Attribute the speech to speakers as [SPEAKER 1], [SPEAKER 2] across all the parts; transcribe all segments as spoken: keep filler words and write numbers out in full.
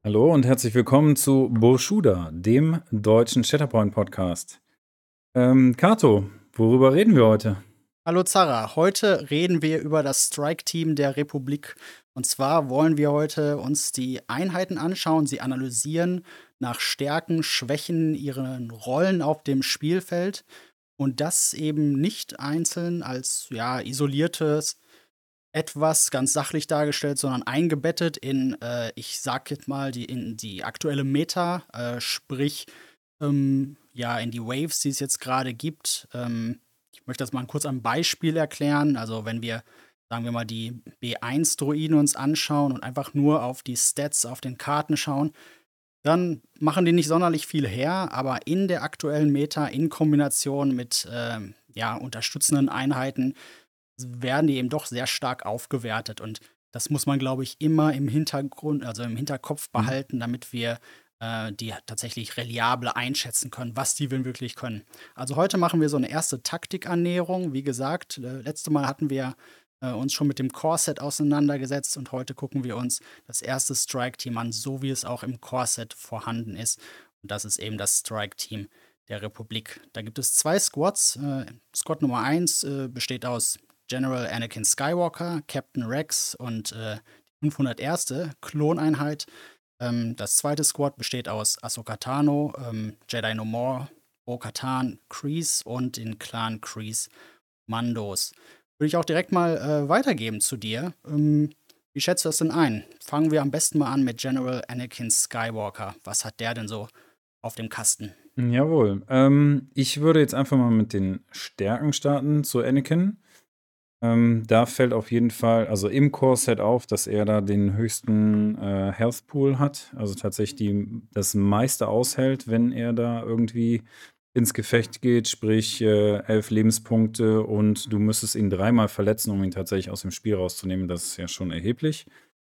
[SPEAKER 1] Hallo und herzlich willkommen zu Boschuda, dem deutschen Shatterpoint-Podcast. Ähm, Kato, worüber reden wir heute?
[SPEAKER 2] Hallo Zara, heute reden wir über das Strike-Team der Republik. Und zwar wollen wir heute uns die Einheiten anschauen, sie analysieren nach Stärken, Schwächen, ihren Rollen auf dem Spielfeld und das eben nicht einzeln als ja, isoliertes etwas ganz sachlich dargestellt, sondern eingebettet in, äh, ich sag jetzt mal, die, in die aktuelle Meta, äh, sprich, ähm, ja, in die Waves, die es jetzt gerade gibt. Ähm, ich möchte das mal kurz am Beispiel erklären. Also, wenn wir, sagen wir mal, die B eins Druiden uns anschauen und einfach nur auf die Stats auf den Karten schauen, dann machen die nicht sonderlich viel her, aber in der aktuellen Meta in Kombination mit, ähm, ja, unterstützenden Einheiten werden die eben doch sehr stark aufgewertet. Und das muss man, glaube ich, immer im Hintergrund, also im Hinterkopf
[SPEAKER 1] Hm?
[SPEAKER 2] behalten, damit wir äh, die tatsächlich reliabel einschätzen können, was die denn wirklich können. Also heute machen wir so eine erste Taktikannäherung. Wie gesagt, äh, letzte Mal hatten wir äh, uns schon mit dem Core-Set auseinandergesetzt und heute gucken wir uns das erste Strike-Team an, so wie es auch im Core-Set vorhanden ist. Und das ist eben das Strike-Team der Republik. Da gibt es zwei Squads. Äh, Squad Nummer eins äh, besteht aus General Anakin Skywalker, Captain Rex und äh, die fünfhunderterste. Kloneinheit. Ähm, das zweite Squad besteht aus Ahsoka Tano, ähm, Jedi No More, Bo-Katan, Kreese und den Clan Kreese Mandos. Würde ich auch direkt mal äh, weitergeben zu dir. Ähm, wie schätzt du das denn ein? Fangen wir am besten mal an mit General Anakin Skywalker. Was hat der denn so auf dem Kasten?
[SPEAKER 1] Jawohl. Ähm, ich würde jetzt einfach mal mit den Stärken starten zu Anakin. Ähm, da fällt auf jeden Fall, also im Core-Set auf, dass er da den höchsten äh, Health Pool hat. Also tatsächlich die, das meiste aushält, wenn er da irgendwie ins Gefecht geht, sprich äh, elf Lebenspunkte und du müsstest ihn dreimal verletzen, um ihn tatsächlich aus dem Spiel rauszunehmen. Das ist ja schon erheblich.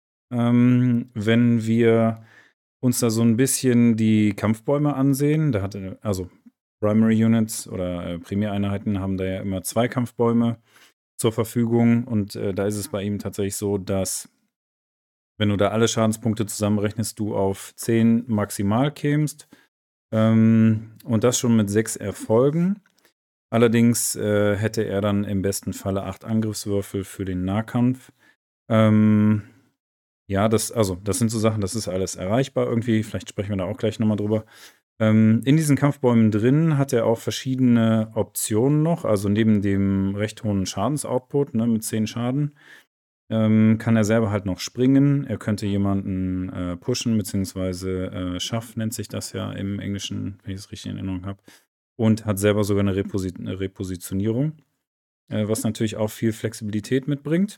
[SPEAKER 1] Ähm, wenn wir uns da so ein bisschen die Kampfbäume ansehen, da hat er, also Primary Units oder äh, Primäreinheiten haben da ja immer zwei Kampfbäume zur Verfügung und äh, da ist es bei ihm tatsächlich so, dass wenn du da alle Schadenspunkte zusammenrechnest, du auf zehn maximal kämst, ähm, und das schon mit sechs Erfolgen. Allerdings äh, hätte er dann im besten Falle acht Angriffswürfel für den Nahkampf. Ähm, ja, das, also, das sind so Sachen, das ist alles erreichbar irgendwie. Vielleicht sprechen wir da auch gleich nochmal drüber. Ähm, in diesen Kampfbäumen drin hat er auch verschiedene Optionen noch. Also neben dem recht hohen Schadensoutput, ne, mit zehn Schaden, ähm, kann er selber halt noch springen. Er könnte jemanden äh, pushen, beziehungsweise äh, Schaff nennt sich das ja im Englischen, wenn ich es richtig in Erinnerung habe. Und hat selber sogar eine, Reposi eine Repositionierung, äh, was natürlich auch viel Flexibilität mitbringt.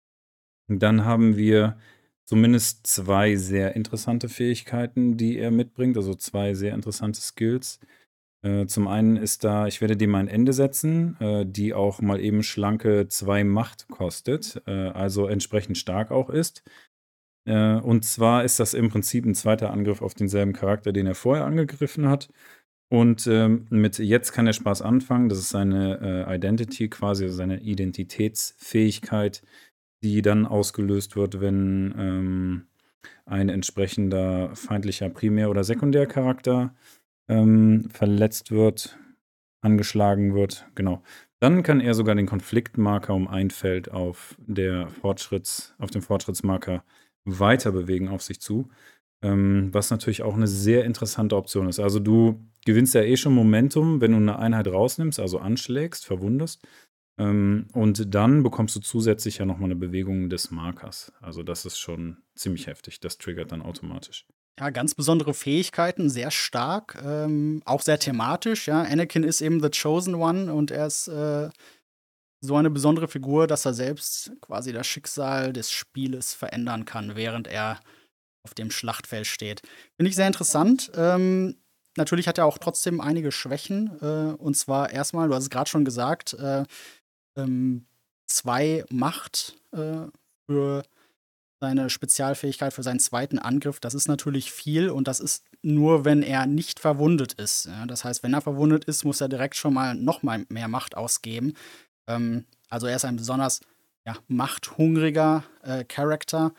[SPEAKER 1] Dann haben wir zumindest zwei sehr interessante Fähigkeiten, die er mitbringt, also zwei sehr interessante Skills. Äh, zum einen ist da, ich werde dem ein Ende setzen, äh, die auch mal eben schlanke zwei Macht kostet, äh, also entsprechend stark auch ist. Äh, und zwar ist das im Prinzip ein zweiter Angriff auf denselben Charakter, den er vorher angegriffen hat. Und ähm, mit jetzt kann der Spaß anfangen. Das ist seine äh, Identity quasi, also seine Identitätsfähigkeit, die dann ausgelöst wird, wenn ähm, ein entsprechender feindlicher Primär- oder Sekundärcharakter ähm, verletzt wird, angeschlagen wird. Genau. Dann kann er sogar den Konfliktmarker um ein Feld auf, der Fortschritts, auf dem Fortschrittsmarker weiter bewegen auf sich zu. Ähm, was natürlich auch eine sehr interessante Option ist. Also du gewinnst ja eh schon Momentum, wenn du eine Einheit rausnimmst, also anschlägst, verwundest. Ähm, und dann bekommst du zusätzlich ja nochmal eine Bewegung des Markers. Also das ist schon ziemlich heftig. Das triggert dann automatisch.
[SPEAKER 2] Ja, ganz besondere Fähigkeiten, sehr stark, ähm, auch sehr thematisch, ja. Anakin ist eben the chosen one und er ist, äh, so eine besondere Figur, dass er selbst quasi das Schicksal des Spieles verändern kann, während er auf dem Schlachtfeld steht. Finde ich sehr interessant. Ähm, natürlich hat er auch trotzdem einige Schwächen, äh, und zwar erstmal, du hast es grad schon gesagt, äh, ähm, zwei Macht, äh, für seine Spezialfähigkeit für seinen zweiten Angriff, das ist natürlich viel und das ist nur, wenn er nicht verwundet ist. Ja, das heißt, wenn er verwundet ist, muss er direkt schon mal noch mal mehr Macht ausgeben. Ähm, also er ist ein besonders ja, machthungriger äh, Charakter.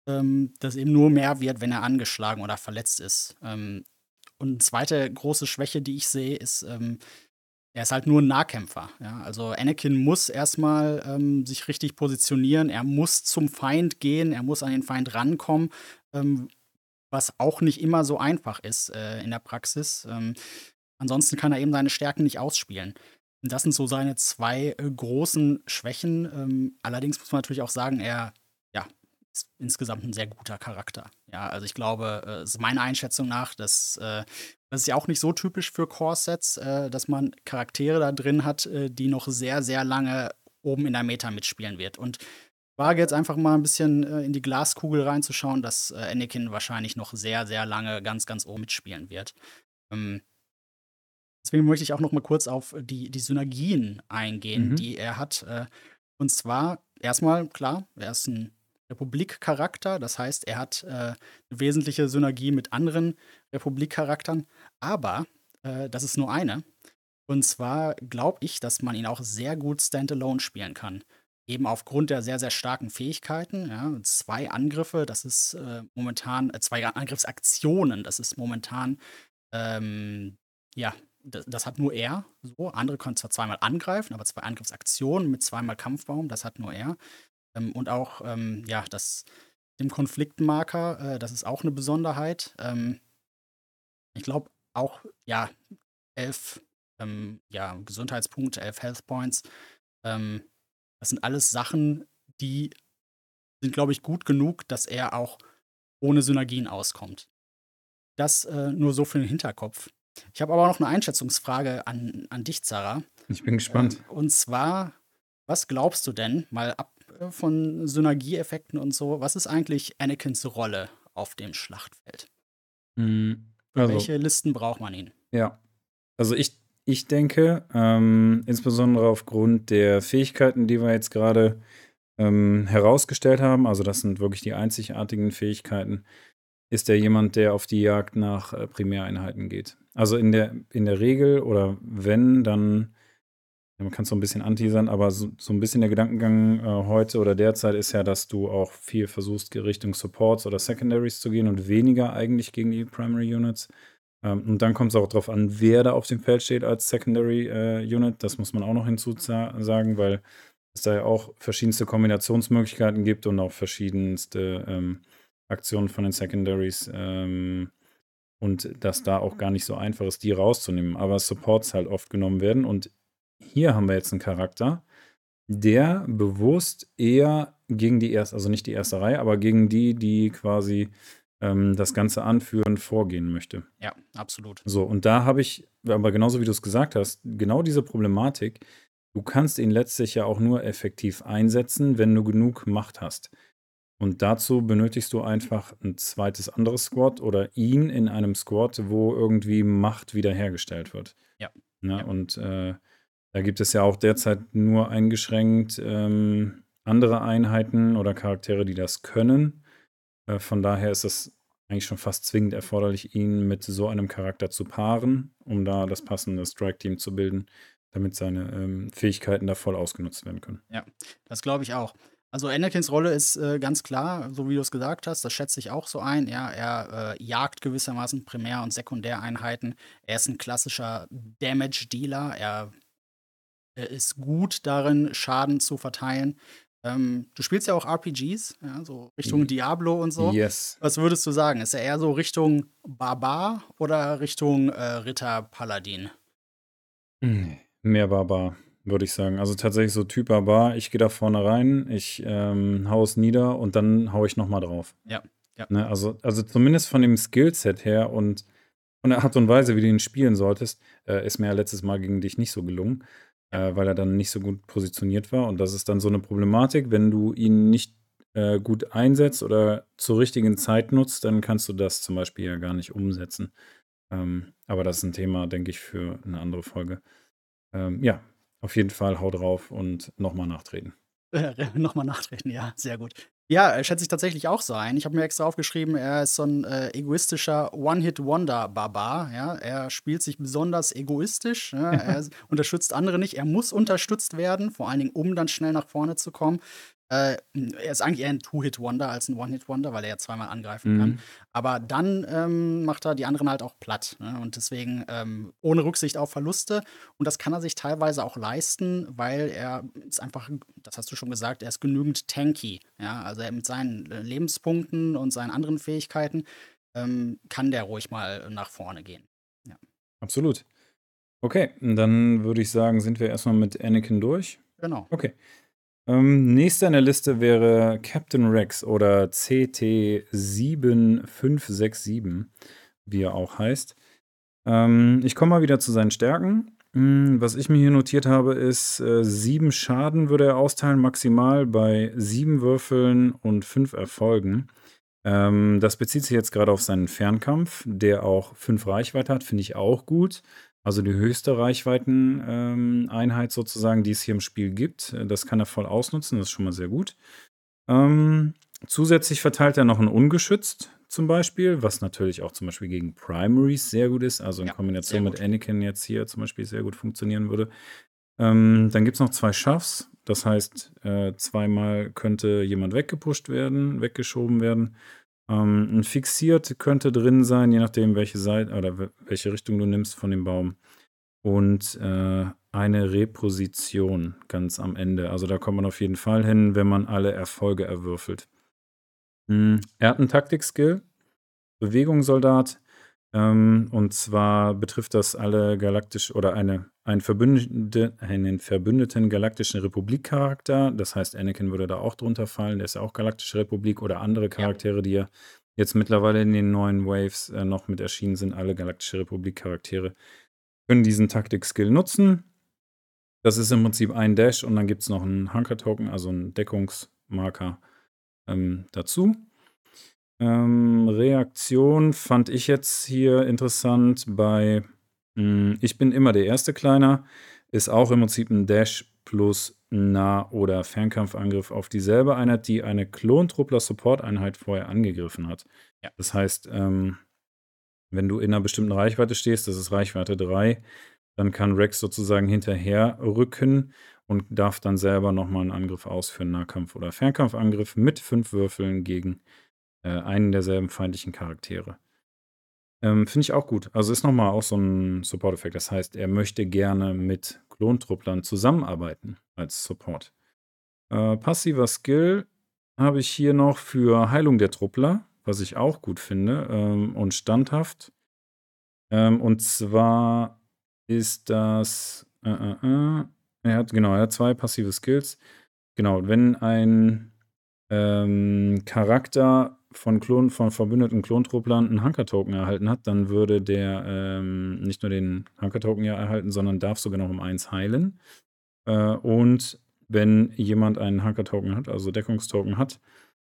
[SPEAKER 2] ähm, das eben nur mehr wird, wenn er angeschlagen oder verletzt ist. Ähm, und 'ne zweite große Schwäche, die ich sehe, ist, ähm, er ist halt nur 'n Nahkämpfer, ja? Also, Anakin muss erst mal, ähm, sich richtig positionieren. Er muss zum Feind gehen, er muss an den Feind rankommen, ähm, was auch nicht immer so einfach ist, äh, in der Praxis. Ähm, ansonsten kann er eben seine Stärken nicht ausspielen. Und das sind so seine zwei äh, großen Schwächen. Ähm, allerdings muss man natürlich auch sagen, er, ja, ist insgesamt 'n sehr guter Charakter. Ja, also, ich glaube, äh, ist meiner Einschätzung nach, dass äh, das ist ja auch nicht so typisch für Core-Sets, äh, dass man Charaktere da drin hat, äh, die noch sehr, sehr lange oben in der Meta mitspielen wird. Und wage jetzt einfach mal 'n bisschen, äh, in die Glaskugel reinzuschauen, dass, äh, Anakin wahrscheinlich noch sehr, sehr lange ganz, ganz oben mitspielen wird. Ähm deswegen möchte ich auch noch mal kurz auf die die Synergien eingehen,
[SPEAKER 1] Mhm.
[SPEAKER 2] die er hat. Äh, und zwar erst mal, klar, er ist 'n Republik-Charakter. Das heißt, er hat, äh, wesentliche Synergie mit anderen Republik-Charakteren. Aber, äh, das ist nur eine. Und zwar glaube ich, dass man ihn auch sehr gut standalone spielen kann. Eben aufgrund der sehr, sehr starken Fähigkeiten, ja. zwei Angriffe, das ist, äh, momentan äh, zwei Angriffsaktionen, das ist momentan, ähm, ja, d das hat nur er so. Andere können zwar zweimal angreifen, aber zwei Angriffsaktionen mit zweimal Kampfbaum, das hat nur er. Ähm, und auch, ähm, ja, das den Konfliktmarker, äh, das ist auch 'ne Besonderheit. Ähm ich glaube auch, ja, elf, ähm, ja, Gesundheitspunkte, elf Health Points. Ähm, das sind alles Sachen, die sind, glaube ich, gut genug, dass er auch ohne Synergien auskommt. Das, äh, nur so für den Hinterkopf. Ich habe aber noch 'ne Einschätzungsfrage an an dich, Zara.
[SPEAKER 1] Ich bin
[SPEAKER 2] Ähm,
[SPEAKER 1] gespannt.
[SPEAKER 2] und zwar, was glaubst du denn, mal ab, äh, von Synergieeffekten und so, was ist eigentlich Anakins Rolle auf dem Schlachtfeld?
[SPEAKER 1] Hm,
[SPEAKER 2] Für
[SPEAKER 1] also
[SPEAKER 2] welche Listen braucht man ihn?
[SPEAKER 1] Ja. Also, ich ich denke, ähm, insbesondere aufgrund der Fähigkeiten, die wir jetzt grade, ähm, herausgestellt haben, also, das sind wirklich die einzigartigen Fähigkeiten, ist er jemand, der auf die Jagd nach, äh, Primäreinheiten geht. Also, in der in der Regel oder wenn, dann ja, man kann's so 'n bisschen anteasern, aber so so 'n bisschen der Gedankengang, äh, heute oder derzeit ist ja, dass du auch viel versuchst, ge Richtung Supports oder Secondaries zu gehen und weniger eigentlich gegen die Primary Units. Ähm, und dann kommt's auch drauf an, wer da auf dem Feld steht als Secondary, äh, Unit. Das muss man auch noch hinzuza sagen, weil es da ja auch verschiedenste Kombinationsmöglichkeiten gibt und auch verschiedenste, ähm, Aktionen von den Secondaries, ähm, und dass da auch gar nicht so einfach ist, die rauszunehmen, aber Supports halt oft genommen werden. Und hier haben wir jetzt 'n Charakter, der bewusst eher gegen die erst also, nicht die erste Reihe, aber gegen die, die quasi, ähm, das Ganze anführen, vorgehen möchte.
[SPEAKER 2] Ja, absolut.
[SPEAKER 1] So, und da habe ich aber genauso wie du's gesagt hast, genau diese Problematik. Du kannst ihn letztlich ja auch nur effektiv einsetzen, wenn du genug Macht hast. Und dazu benötigst du einfach 'n zweites anderes Squad oder ihn in einem Squad, wo irgendwie Macht wiederhergestellt wird,
[SPEAKER 2] Ja,
[SPEAKER 1] ne?
[SPEAKER 2] ja.
[SPEAKER 1] Und, äh, da gibt es ja auch derzeit nur eingeschränkt, ähm, andere Einheiten oder Charaktere, die das können. Äh, von daher ist es eigentlich schon fast zwingend erforderlich, ihn mit so einem Charakter zu paaren, um da das passende Strike-Team zu bilden, damit seine, ähm, Fähigkeiten da voll ausgenutzt werden können.
[SPEAKER 2] Ja, das glaube ich auch. Also, Anakins Rolle ist, äh, ganz klar, so wie du's gesagt hast, das schätze ich auch so ein. Ja, er, äh, jagt gewissermaßen Primär und Sekundäreinheiten. Er ist 'n klassischer Damage-Dealer. Er er ist gut darin, Schaden zu verteilen. Ähm, du spielst ja auch RPGs, ja, so Richtung
[SPEAKER 1] J
[SPEAKER 2] Diablo und so.
[SPEAKER 1] yes.
[SPEAKER 2] Was würdest du sagen? Ist er eher so Richtung Barbar oder Richtung, äh, Ritter-Paladin?
[SPEAKER 1] Ne, mehr Barbar, würde ich sagen. Also, tatsächlich so Typ Barbar. Ich gehe da vorne rein, ich, ähm, haue es nieder und dann haue ich noch mal drauf,
[SPEAKER 2] Ja, ja.
[SPEAKER 1] ne? Also also, zumindest von dem Skillset her und von der Art und Weise, wie du ihn spielen solltest, äh, ist mir ja letztes Mal gegen dich nicht so gelungen,
[SPEAKER 2] Ja.
[SPEAKER 1] äh, weil er dann nicht so gut positioniert war. Und das ist dann so 'ne Problematik, wenn du ihn nicht, äh, gut einsetzt oder zur richtigen Zeit nutzt, dann kannst du das zum Beispiel ja gar nicht umsetzen. Ähm, aber das ist 'n Thema, denke ich, für 'ne andere Folge. Ähm, ja, auf jeden Fall hau drauf und noch mal nachtreten.
[SPEAKER 2] Noch mal nachtreten, ja, sehr gut. Ja, äh, schätze ich tatsächlich auch so ein. Ich habe mir extra aufgeschrieben, er ist so 'n, äh, egoistischer One-Hit-Wonder-Barbar, ja? Er spielt sich besonders egoistisch, ne? Er s unterstützt andere nicht. Er muss unterstützt werden, vor allen Dingen, um dann schnell nach vorne zu kommen. Äh, hm, er ist eigentlich eher 'n Two-Hit-Wonder als 'n One-Hit-Wonder, weil er ja zweimal angreifen kann.
[SPEAKER 1] Mhm.
[SPEAKER 2] Aber dann, ähm, macht er die anderen halt auch platt, ne? Und deswegen, ähm, ohne Rücksicht auf Verluste. Und das kann er sich teilweise auch leisten, weil er ist einfach, das hast du schon gesagt, er ist genügend tanky, ja? Also, er mit seinen, äh, Lebenspunkten und seinen anderen Fähigkeiten, ähm, kann der ruhig mal nach vorne gehen. Ja,
[SPEAKER 1] Absolut. Okay, dann würde ich sagen, sind wir erst mal mit Anakin durch.
[SPEAKER 2] genau.
[SPEAKER 1] Okay. Ähm, nächster in der Liste wäre Captain Rex oder C T sieben fünf sechs sieben, wie er auch heißt. Ähm, ich komme mal wieder zu seinen Stärken. Hm, was ich mir hier notiert habe, ist, äh, sieben Schaden würde er austeilen, maximal bei sieben Würfeln und fünf Erfolgen. Ähm, das bezieht sich jetzt gerade auf seinen Fernkampf, der auch fünf Reichweite hat, finde ich auch gut. Also die höchste Reichweiteneinheit ähm, Einheit sozusagen, die es hier im Spiel gibt. Äh, Das kann er voll ausnutzen, das ist schon mal sehr gut. Ähm, zusätzlich verteilt er noch ein Ungeschützt zum Beispiel, was natürlich auch zum Beispiel gegen Primaries sehr gut ist, also in
[SPEAKER 2] Ja, sehr
[SPEAKER 1] Kombination mit
[SPEAKER 2] gut.
[SPEAKER 1] Anakin jetzt hier zum Beispiel sehr gut funktionieren würde. Ähm, dann gibt es noch zwei Schaffs, das heißt, äh, zweimal könnte jemand weggepusht werden, weggeschoben werden. Ähm, 'n Fixiert könnte drin sein, je nachdem, welche Seite oder we welche Richtung du nimmst von dem Baum. Und, äh, eine Reposition ganz am Ende. Also, da kommt man auf jeden Fall hin, wenn man alle Erfolge erwürfelt. Hm, er hat 'n Taktik-Skill, Bewegungssoldat, ähm, und zwar betrifft das alle galaktisch oder eine einen Verbündete einen verbündeten Galaktischen Republik-Charakter. Das heißt, Anakin würde da auch drunter fallen. Der ist ja auch Galaktische Republik oder andere
[SPEAKER 2] Ja.
[SPEAKER 1] Charaktere, die ja jetzt mittlerweile in den neuen Waves, äh, noch mit erschienen sind. Alle Galaktische Republik-Charaktere können diesen Taktik-Skill nutzen. Das ist im Prinzip ein Dash und dann gibt's noch 'n Hunker-Token, also 'n Deckungsmarker, ähm, dazu. Ähm, Reaktion fand ich jetzt hier interessant bei, hm, ich bin immer der erste Kleiner, ist auch im Prinzip ein Dash plus Nah oder Fernkampfangriff auf dieselbe Einheit, die eine Klontruppler-Support-Einheit vorher angegriffen hat.
[SPEAKER 2] Ja.
[SPEAKER 1] Das heißt, ähm, wenn du in einer bestimmten Reichweite stehst, das ist Reichweite drei, dann kann Rex sozusagen hinterherrücken und darf dann selber noch mal 'n Angriff ausführen, Nahkampf oder Fernkampfangriff mit fünf Würfeln gegen äh, einen derselben feindlichen Charaktere. Ähm, finde ich auch gut. Also ist nochmal auch so ein Support-Effekt. Das heißt, er möchte gerne mit Klontruppler zusammenarbeiten als Support. Äh, passiver Skill habe ich hier noch für Heilung der Truppler, was ich auch gut finde, ähm, und standhaft. Ähm, und zwar ist das äh, äh, äh, er hat genau, er hat zwei passive Skills. Genau, wenn ein ähm, Charakter von Klon von verbündeten Klontruppler 'n Hunker-Token erhalten hat, dann würde der, ähm, nicht nur den Hunker-Token ja erhalten, sondern darf sogar noch um eins heilen. Äh, und wenn jemand einen Hunker-Token hat, also Deckungstoken hat,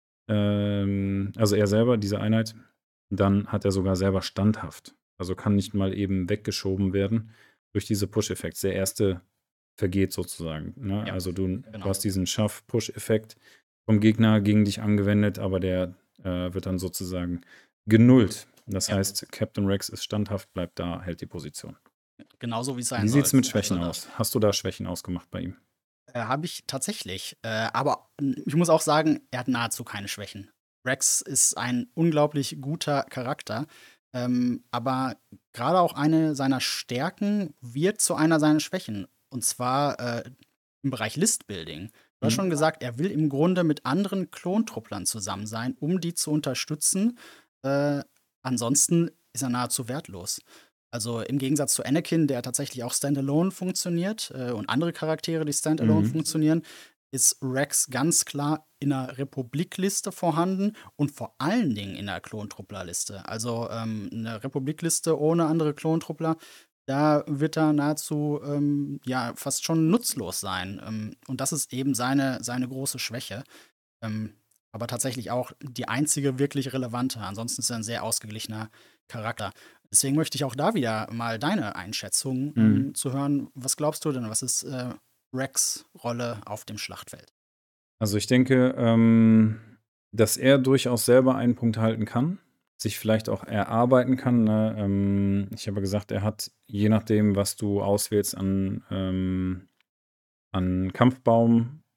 [SPEAKER 1] ähm, also er selber, diese Einheit, dann hat er sogar selber standhaft. Also kann nicht mal eben weggeschoben werden durch diese Push-Effekte. Der erste vergeht sozusagen, ne?
[SPEAKER 2] Ja,
[SPEAKER 1] Also du du
[SPEAKER 2] genau.
[SPEAKER 1] hast diesen Schaff-Push-Effekt vom Gegner gegen dich angewendet, aber der, äh, wird dann sozusagen genullt. Das
[SPEAKER 2] Ja,
[SPEAKER 1] heißt, Captain Rex ist standhaft, bleibt da, hält die Position.
[SPEAKER 2] genauso wie's
[SPEAKER 1] Wie
[SPEAKER 2] sein soll
[SPEAKER 1] sieht's mit
[SPEAKER 2] als
[SPEAKER 1] Schwächen
[SPEAKER 2] Soldat.
[SPEAKER 1] aus? Hast du da Schwächen ausgemacht bei ihm?
[SPEAKER 2] Äh, habe ich tatsächlich. Äh, aber hm, ich muss auch sagen, er hat nahezu keine Schwächen. Rex ist ein unglaublich guter Charakter, ähm, aber gerade auch eine seiner Stärken wird zu einer seiner Schwächen. Und zwar, äh, im Bereich List-Building. Du hast
[SPEAKER 1] Mhm.
[SPEAKER 2] schon gesagt, er will im Grunde mit anderen Klontruppelern zusammen sein, um die zu unterstützen. Äh, ansonsten ist er nahezu wertlos. Also, im Gegensatz zu Anakin, der tatsächlich auch standalone funktioniert, äh, und andere Charaktere, die standalone
[SPEAKER 1] Mhm.
[SPEAKER 2] funktionieren, ist Rex ganz klar in 'ner Republikliste vorhanden und vor allen Dingen in der Klontrupplerliste. Also, ähm, 'ne Republikliste ohne andere Klontruppler, da wird er nahezu, ähm, ja, fast schon nutzlos sein. Ähm, und das ist eben seine seine große Schwäche. Ähm, aber tatsächlich auch die einzige wirklich relevante. Ansonsten ist er 'n sehr ausgeglichener Charakter. Deswegen möchte ich auch da wieder mal deine Einschätzung,
[SPEAKER 1] Mhm.
[SPEAKER 2] ähm, zu hören. Was glaubst du denn, was ist, äh, Rex' Rolle auf dem Schlachtfeld?
[SPEAKER 1] Also, ich denke, ähm, dass er durchaus selber einen Punkt halten kann, sich vielleicht auch erarbeiten kann, ne? Ähm, ich habe ja gesagt, er hat, je nachdem, was du auswählst an, ähm an Kampfbaum,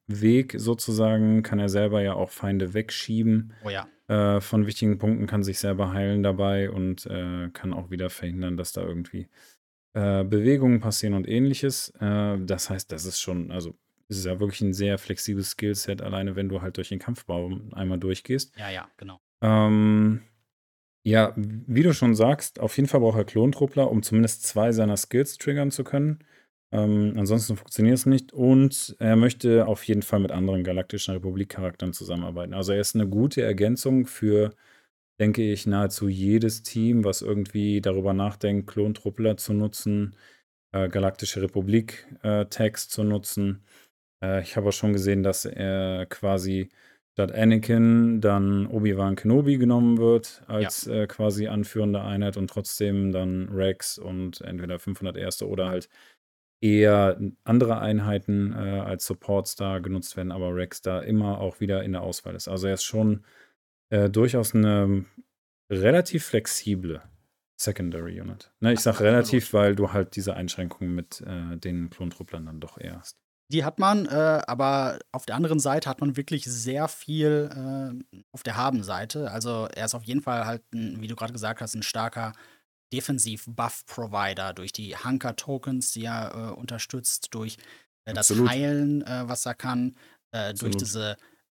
[SPEAKER 1] Weg sozusagen, kann er selber ja auch Feinde wegschieben
[SPEAKER 2] Oh ja.
[SPEAKER 1] äh, von wichtigen Punkten, kann sich selber heilen dabei und äh, kann auch wieder verhindern, dass da irgendwie äh, Bewegungen passieren und ähnliches. Äh, das heißt, das ist schon, also es ist ja wirklich ein sehr flexibles Skillset, alleine wenn du halt durch den Kampfbaum einmal durchgehst.
[SPEAKER 2] Ja, ja, genau.
[SPEAKER 1] Ähm, ja, wie du schon sagst, auf jeden Fall braucht er Klontruppler, um zumindest zwei seiner Skills triggern zu können. Ähm, ansonsten funktioniert es nicht. Und er möchte auf jeden Fall mit anderen Galaktischen Republik-Charakteren zusammenarbeiten. Also er ist eine gute Ergänzung für, denke ich, nahezu jedes Team, was irgendwie darüber nachdenkt, Klontruppler zu nutzen, äh, Galaktische Republik-Tags zu nutzen. Äh, ich habe auch schon gesehen, dass er quasi statt Anakin dann Obi-Wan Kenobi genommen wird
[SPEAKER 2] Ja.
[SPEAKER 1] als äh, quasi anführende Einheit und trotzdem dann Rex und entweder fünfhundert Erste oder halt eher andere Einheiten äh, als Supports da genutzt werden, aber Rex da immer auch wieder in der Auswahl ist. Also er ist schon äh, durchaus eine relativ flexible Secondary Unit. Ne, ich
[SPEAKER 2] Ja,
[SPEAKER 1] sage
[SPEAKER 2] absolut.
[SPEAKER 1] relativ, weil du halt diese Einschränkungen mit äh, den Klontruppeln dann doch eher hast.
[SPEAKER 2] Die hat man, äh, aber auf der anderen Seite hat man wirklich sehr viel äh, auf der Habenseite. Also er ist auf jeden Fall halt, 'n, wie du gerade gesagt hast, ein starker Defensiv-Buff-Provider durch die Hunker-Tokens, die er äh, unterstützt, durch äh, das
[SPEAKER 1] Absolut,
[SPEAKER 2] Heilen, äh, was er kann, äh, durch
[SPEAKER 1] absolut.
[SPEAKER 2] diese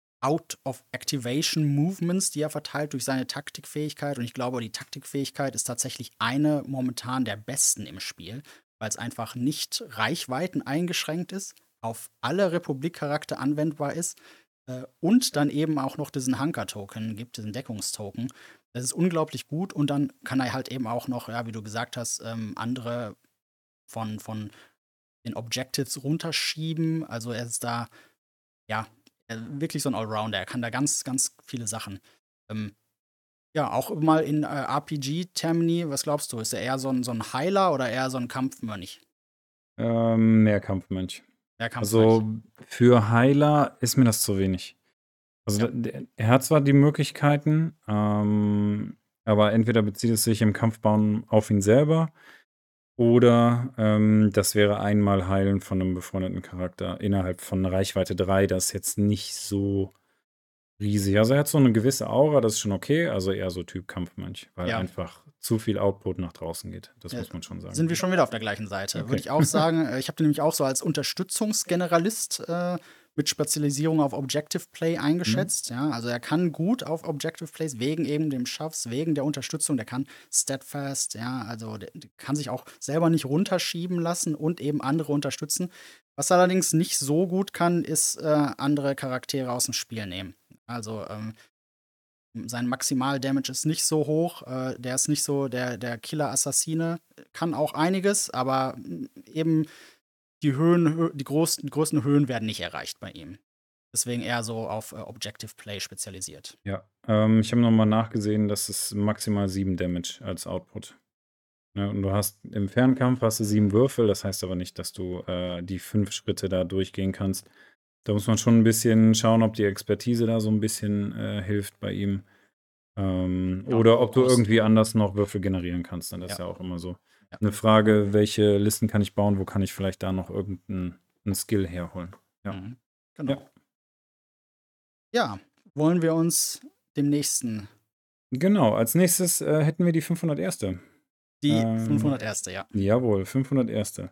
[SPEAKER 2] Out-of-Activation-Movements, die er verteilt durch seine Taktikfähigkeit. Und ich glaube, die Taktikfähigkeit ist tatsächlich eine momentan der besten im Spiel, weil es einfach nicht Reichweiten eingeschränkt ist, auf alle Republik-Charakter anwendbar ist äh, und dann eben auch noch diesen Hunker-Token gibt, diesen Deckungstoken. Das ist unglaublich gut und dann kann er halt eben auch noch, ja, wie du gesagt hast, ähm, andere von, von den Objectives runterschieben. Also er ist da, ja, äh, wirklich so ein Allrounder. Er kann da ganz, ganz viele Sachen. Ähm, ja, auch mal in äh, R P G-Termini, was glaubst du? Ist er eher so ein, so ein Heiler oder eher so ein Kampfmönch?
[SPEAKER 1] Ähm, Mehrkampfmönch.
[SPEAKER 2] Der Kampfmönch.
[SPEAKER 1] Also für Heiler ist mir das zu wenig. Also
[SPEAKER 2] Ja.
[SPEAKER 1] d- d- er hat zwar die Möglichkeiten, ähm, aber entweder bezieht es sich im Kampfbaum auf ihn selber oder ähm, das wäre einmal Heilen von einem befreundeten Charakter innerhalb von Reichweite drei. Das ist jetzt nicht so riesig. Also er hat so eine gewisse Aura, das ist schon okay. Also eher so Typ Kampfmönch, weil
[SPEAKER 2] Ja.
[SPEAKER 1] einfach zu viel Output nach draußen geht. Das
[SPEAKER 2] Ja,
[SPEAKER 1] muss man schon sagen.
[SPEAKER 2] sind wir schon wieder auf der gleichen Seite. Würde
[SPEAKER 1] Okay.
[SPEAKER 2] ich auch sagen. Äh, ich habe den nämlich auch so als Unterstützungsgeneralist äh, mit Spezialisierung auf Objective Play
[SPEAKER 1] Mhm.
[SPEAKER 2] eingeschätzt. Ja, also er kann gut auf Objective Plays wegen eben dem Schaffs, wegen der Unterstützung. Der kann Steadfast, ja, also der, der kann sich auch selber nicht runterschieben lassen und eben andere unterstützen. Was er allerdings nicht so gut kann, ist äh, andere Charaktere aus dem Spiel nehmen. Also ähm, sein Maximal-Damage ist nicht so hoch. Äh, der ist nicht so der, der Killer-Assassine. Kann auch einiges, aber mm, eben die Höhen, hö- die, groß, die größten Höhen werden nicht erreicht bei ihm. Deswegen eher so auf äh, Objective Play spezialisiert.
[SPEAKER 1] Ja, ähm, ich habe noch mal nachgesehen, das ist maximal sieben Damage als Output. Ne, und du hast im Fernkampf hast du sieben Würfel, das heißt aber nicht, dass du äh, die fünf Schritte da durchgehen kannst. Da muss man schon ein bisschen schauen, ob die Expertise da so ein bisschen äh, hilft bei ihm. Ähm,
[SPEAKER 2] Ja, und
[SPEAKER 1] oder ob du
[SPEAKER 2] Fokus.
[SPEAKER 1] irgendwie anders noch Würfel generieren kannst. Ne? Das ist
[SPEAKER 2] Ja,
[SPEAKER 1] ja auch immer so
[SPEAKER 2] ja.
[SPEAKER 1] eine Frage, welche Listen kann ich bauen, wo kann ich vielleicht da noch irgendeinen 'n Skill herholen. Ja.
[SPEAKER 2] Mhm.
[SPEAKER 1] Ja.
[SPEAKER 2] Genau. Ja, wollen wir uns dem nächsten,
[SPEAKER 1] Genau, als nächstes äh, hätten wir die fünfhundert Erste.
[SPEAKER 2] die
[SPEAKER 1] Ähm,
[SPEAKER 2] fünfhundert Erste, ja.
[SPEAKER 1] jawohl, fünfhundert Erste.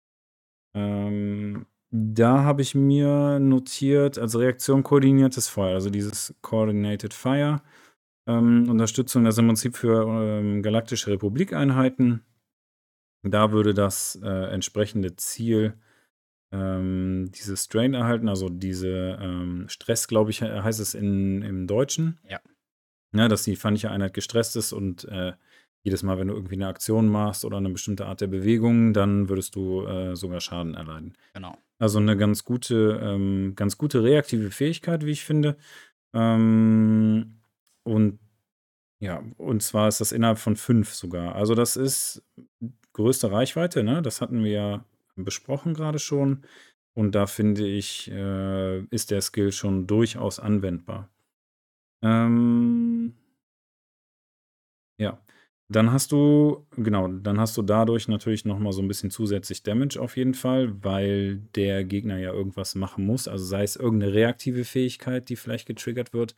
[SPEAKER 1] Ähm, da habe ich mir notiert, als Reaktion koordiniertes Feuer, also dieses Coordinated Fire. Ähm, Unterstützung, das ist im Prinzip für ähm, Galaktische Republik-Einheiten. Da würde das äh, entsprechende Ziel ähm, diese Strain erhalten, also diese ähm, Stress, glaube ich, he- heißt es in, im Deutschen.
[SPEAKER 2] Ja,
[SPEAKER 1] Ja, dass die feindliche Einheit gestresst ist und äh, jedes Mal, wenn du irgendwie eine Aktion machst oder eine bestimmte Art der Bewegung, dann würdest du äh, sogar Schaden erleiden.
[SPEAKER 2] genau.
[SPEAKER 1] Also eine ganz gute, ähm, ganz gute reaktive Fähigkeit, wie ich finde. Ähm, und ja, und zwar ist das innerhalb von fünf sogar. Also das ist größte Reichweite, ne? Das hatten wir ja besprochen gerade schon. Und da finde ich, äh, ist der Skill schon durchaus anwendbar. Ähm, ja. Dann hast du genau, dann hast du dadurch natürlich noch mal so ein bisschen zusätzlich Damage auf jeden Fall, weil der Gegner ja irgendwas machen muss. Also, sei es irgendeine reaktive Fähigkeit, die vielleicht getriggert wird,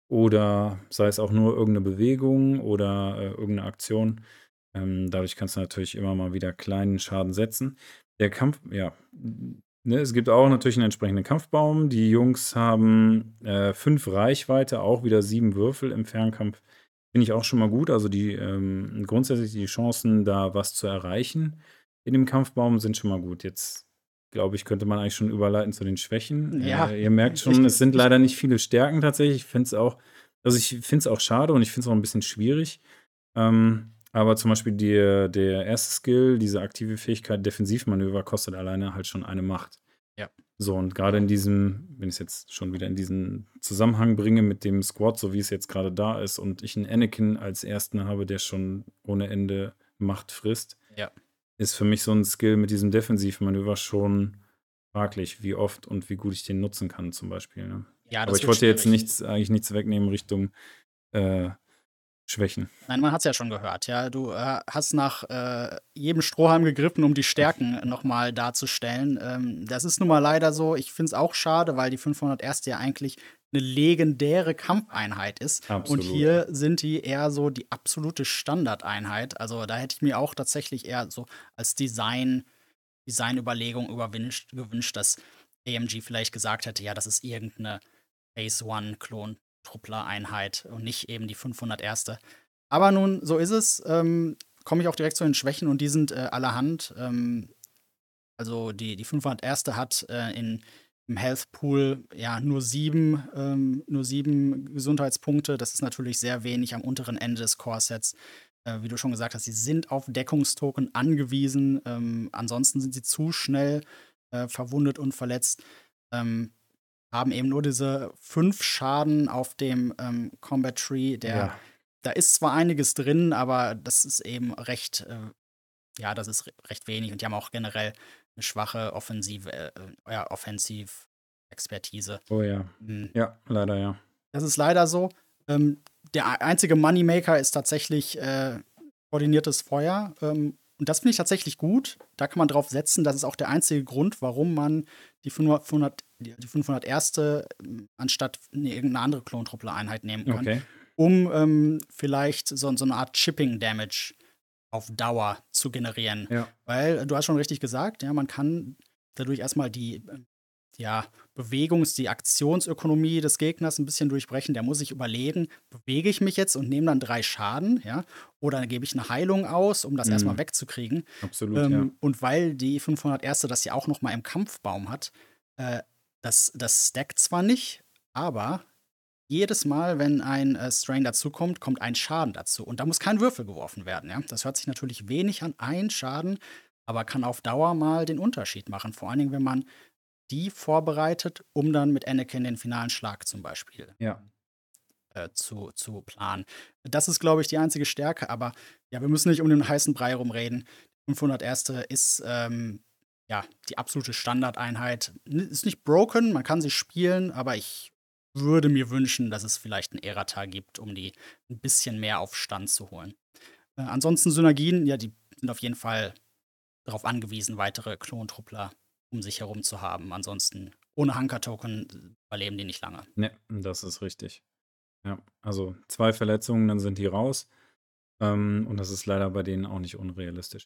[SPEAKER 1] oder sei es auch nur irgendeine Bewegung oder, äh, irgend 'ne Aktion. Ähm, dadurch kannst du natürlich immer mal wieder kleinen Schaden setzen. Der Kampf ja, n ne, es gibt auch natürlich einen entsprechenden Kampfbaum. Die Jungs haben, äh, fünf Reichweite, auch wieder sieben Würfel im Fernkampf. Finde ich auch schon mal gut. Also, die, ähm grundsätzlich die Chancen, da was zu erreichen in dem Kampfbaum sind schon mal gut. Jetzt, glaube ich, könnte man eigentlich schon überleiten zu den Schwächen.
[SPEAKER 2] Ja,
[SPEAKER 1] Äh, ihr merkt
[SPEAKER 2] ich
[SPEAKER 1] schon, es sind
[SPEAKER 2] ich
[SPEAKER 1] leider nicht viele Stärken tatsächlich. Ich finde es auch also, ich finde es auch schade und ich finde es auch ein bisschen schwierig. Ähm, aber zum Beispiel der der erste Skill, diese aktive Fähigkeit Defensivmanöver, kostet alleine halt schon eine Macht.
[SPEAKER 2] ja.
[SPEAKER 1] So, und gerade in diesem wenn ich's jetzt schon wieder in diesen Zusammenhang bringe mit dem Squad, so wie es jetzt gerade da ist und ich 'n Anakin als Ersten habe, der schon ohne Ende Macht frisst,
[SPEAKER 2] Ja.
[SPEAKER 1] ist für mich so ein Skill mit diesem Defensivmanöver schon fraglich, wie oft und wie gut ich den nutzen kann zum Beispiel, ne?
[SPEAKER 2] Ja,
[SPEAKER 1] Aber
[SPEAKER 2] das
[SPEAKER 1] ich
[SPEAKER 2] wird
[SPEAKER 1] wollte jetzt
[SPEAKER 2] schwierig.
[SPEAKER 1] nichts eigentlich nichts wegnehmen Richtung, äh, Schwächen.
[SPEAKER 2] Nein, man hat's ja schon gehört, ja. Du, äh, hast nach, äh, jedem Strohhalm gegriffen, um die Stärken noch mal darzustellen. Ähm, das ist nun mal leider so. Ich finde es auch schade, weil die fünfhunderterste ja eigentlich eine legendäre Kampfeinheit ist. Und
[SPEAKER 1] Absolut, ja.
[SPEAKER 2] hier sind die eher so die absolute Standardeinheit. Also, da hätte ich mir auch tatsächlich eher so als Design Designüberlegung überwünscht gewünscht, dass A M G vielleicht gesagt hätte: „Ja, das ist irgendeine Phase One Klon-Truppler-Einheit und nicht eben die fünfhunderterste. Aber nun, so ist es. Ähm, komme ich auch direkt zu den Schwächen und die sind, äh, allerhand. Ähm, also, die die fünfhunderterste hat, äh, in im Health Pool, ja, nur sieben ähm, nur sieben Gesundheitspunkte. Das ist natürlich sehr wenig am unteren Ende des Core-Sets. Äh, wie du schon gesagt hast, sie sind auf Deckungstoken angewiesen. Ähm, ansonsten sind sie zu schnell, äh, verwundet und verletzt. Ähm, haben eben nur diese fünf Schaden auf dem, ähm, Combat Tree. Der
[SPEAKER 1] Ja.
[SPEAKER 2] Da ist zwar einiges drin, aber das ist eben recht, äh ja, das ist re recht wenig und die haben auch generell eine schwache offensive äh, äh, ja, Offensiv-Expertise.
[SPEAKER 1] Oh ja.
[SPEAKER 2] Hm,
[SPEAKER 1] Ja, leider ja.
[SPEAKER 2] Das ist leider so. Ähm, der ei einzige Moneymaker ist tatsächlich, äh, koordiniertes Feuer, ähm, und das finde ich tatsächlich gut. Da kann man drauf setzen. Das ist auch der einzige Grund, warum man die fünfhundert fünfhundert die die fünfhunderterste. Ähm, anstatt ne, irgend 'ne andere Klontruppler-Einheit nehmen kann,
[SPEAKER 1] Okay.
[SPEAKER 2] um, ähm, vielleicht so so 'ne Art Chipping Damage auf Dauer zu generieren.
[SPEAKER 1] Ja.
[SPEAKER 2] Weil äh, du hast schon richtig gesagt, ja, man kann dadurch erst mal die, ähm, ja, Bewegungs die Aktionsökonomie des Gegners ein bisschen durchbrechen. Der muss sich überlegen: „Bewege ich mich jetzt und nehme dann drei Schaden, ja, oder gebe ich eine Heilung aus, um das erst mal
[SPEAKER 1] Mhm.
[SPEAKER 2] wegzukriegen?“
[SPEAKER 1] Absolut, ja.
[SPEAKER 2] Ähm, und weil die fünfhunderterste das ja auch noch mal im Kampfbaum hat, äh, das das stackt zwar nicht, aber jedes Mal, wenn ein, äh, Strain dazukommt, kommt ein Schaden dazu. Und da muss kein Würfel geworfen werden, ja? Das hört sich natürlich wenig an, ein Schaden, aber kann auf Dauer mal den Unterschied machen. Vor allen Dingen, wenn man die vorbereitet, um dann mit Anakin den finalen Schlag zum Beispiel,
[SPEAKER 1] Ja.
[SPEAKER 2] äh, zu zu planen. Das ist, glaube ich, die einzige Stärke, aber ja, wir müssen nicht um den heißen Brei rumreden. fünfhunderterste ist, ähm, ja, die absolute Standardeinheit. N Ist nicht broken, man kann sie spielen, aber ich würde mir wünschen, dass es vielleicht 'n Errata gibt, um die ein bisschen mehr auf Stand zu holen. Äh, ansonsten Synergien, ja, die sind auf jeden Fall darauf angewiesen, weitere Klontruppler um sich herum zu haben. Ansonsten ohne Hunker-Token äh, überleben die nicht lange.
[SPEAKER 1] Ne, das ist richtig. Ja, also zwei Verletzungen, dann sind die raus. Ähm, und das ist leider bei denen auch nicht unrealistisch.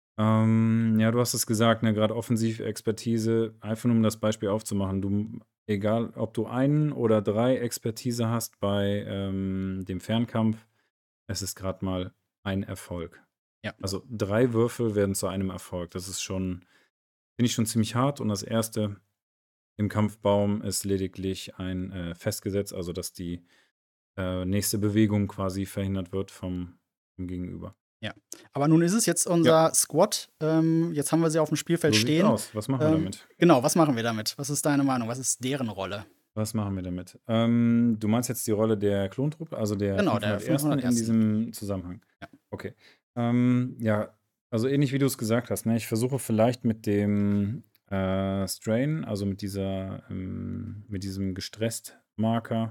[SPEAKER 1] Ähm, ja, du hast es gesagt, ne, grad Offensivexpertise, einfach nur um das Beispiel aufzumachen. Du egal, ob du einen oder drei Expertise hast bei, ähm, dem Fernkampf, es ist gerade mal ein Erfolg.
[SPEAKER 2] Ja.
[SPEAKER 1] Also drei Würfel werden zu einem Erfolg. Das ist schon finde ich schon ziemlich hart und das erste im Kampfbaum ist lediglich ein, äh, Festgesetz, also dass die, äh, nächste Bewegung quasi verhindert wird vom vom Gegenüber.
[SPEAKER 2] Ja. Aber nun ist es jetzt
[SPEAKER 1] Ja,
[SPEAKER 2] unser Squad. Ähm, jetzt haben wir sie auf dem Spielfeld
[SPEAKER 1] so sieht's
[SPEAKER 2] stehen.
[SPEAKER 1] aus. Was machen wir
[SPEAKER 2] Ähm,
[SPEAKER 1] damit?
[SPEAKER 2] genau, was machen wir damit? Was ist deine Meinung? Was ist deren Rolle?
[SPEAKER 1] Was machen wir damit? Ähm, du meinst jetzt die Rolle der Klontruppe, also der
[SPEAKER 2] Genau, der
[SPEAKER 1] fünfhundertersten in
[SPEAKER 2] fünfhundertersten.
[SPEAKER 1] diesem Zusammenhang?
[SPEAKER 2] Ja.
[SPEAKER 1] Okay. Ähm, ja, also ähnlich wie du es gesagt hast, ne? Ich versuche vielleicht mit dem, äh, Strain, also mit dieser ähm, mit diesem Gestresst-Marker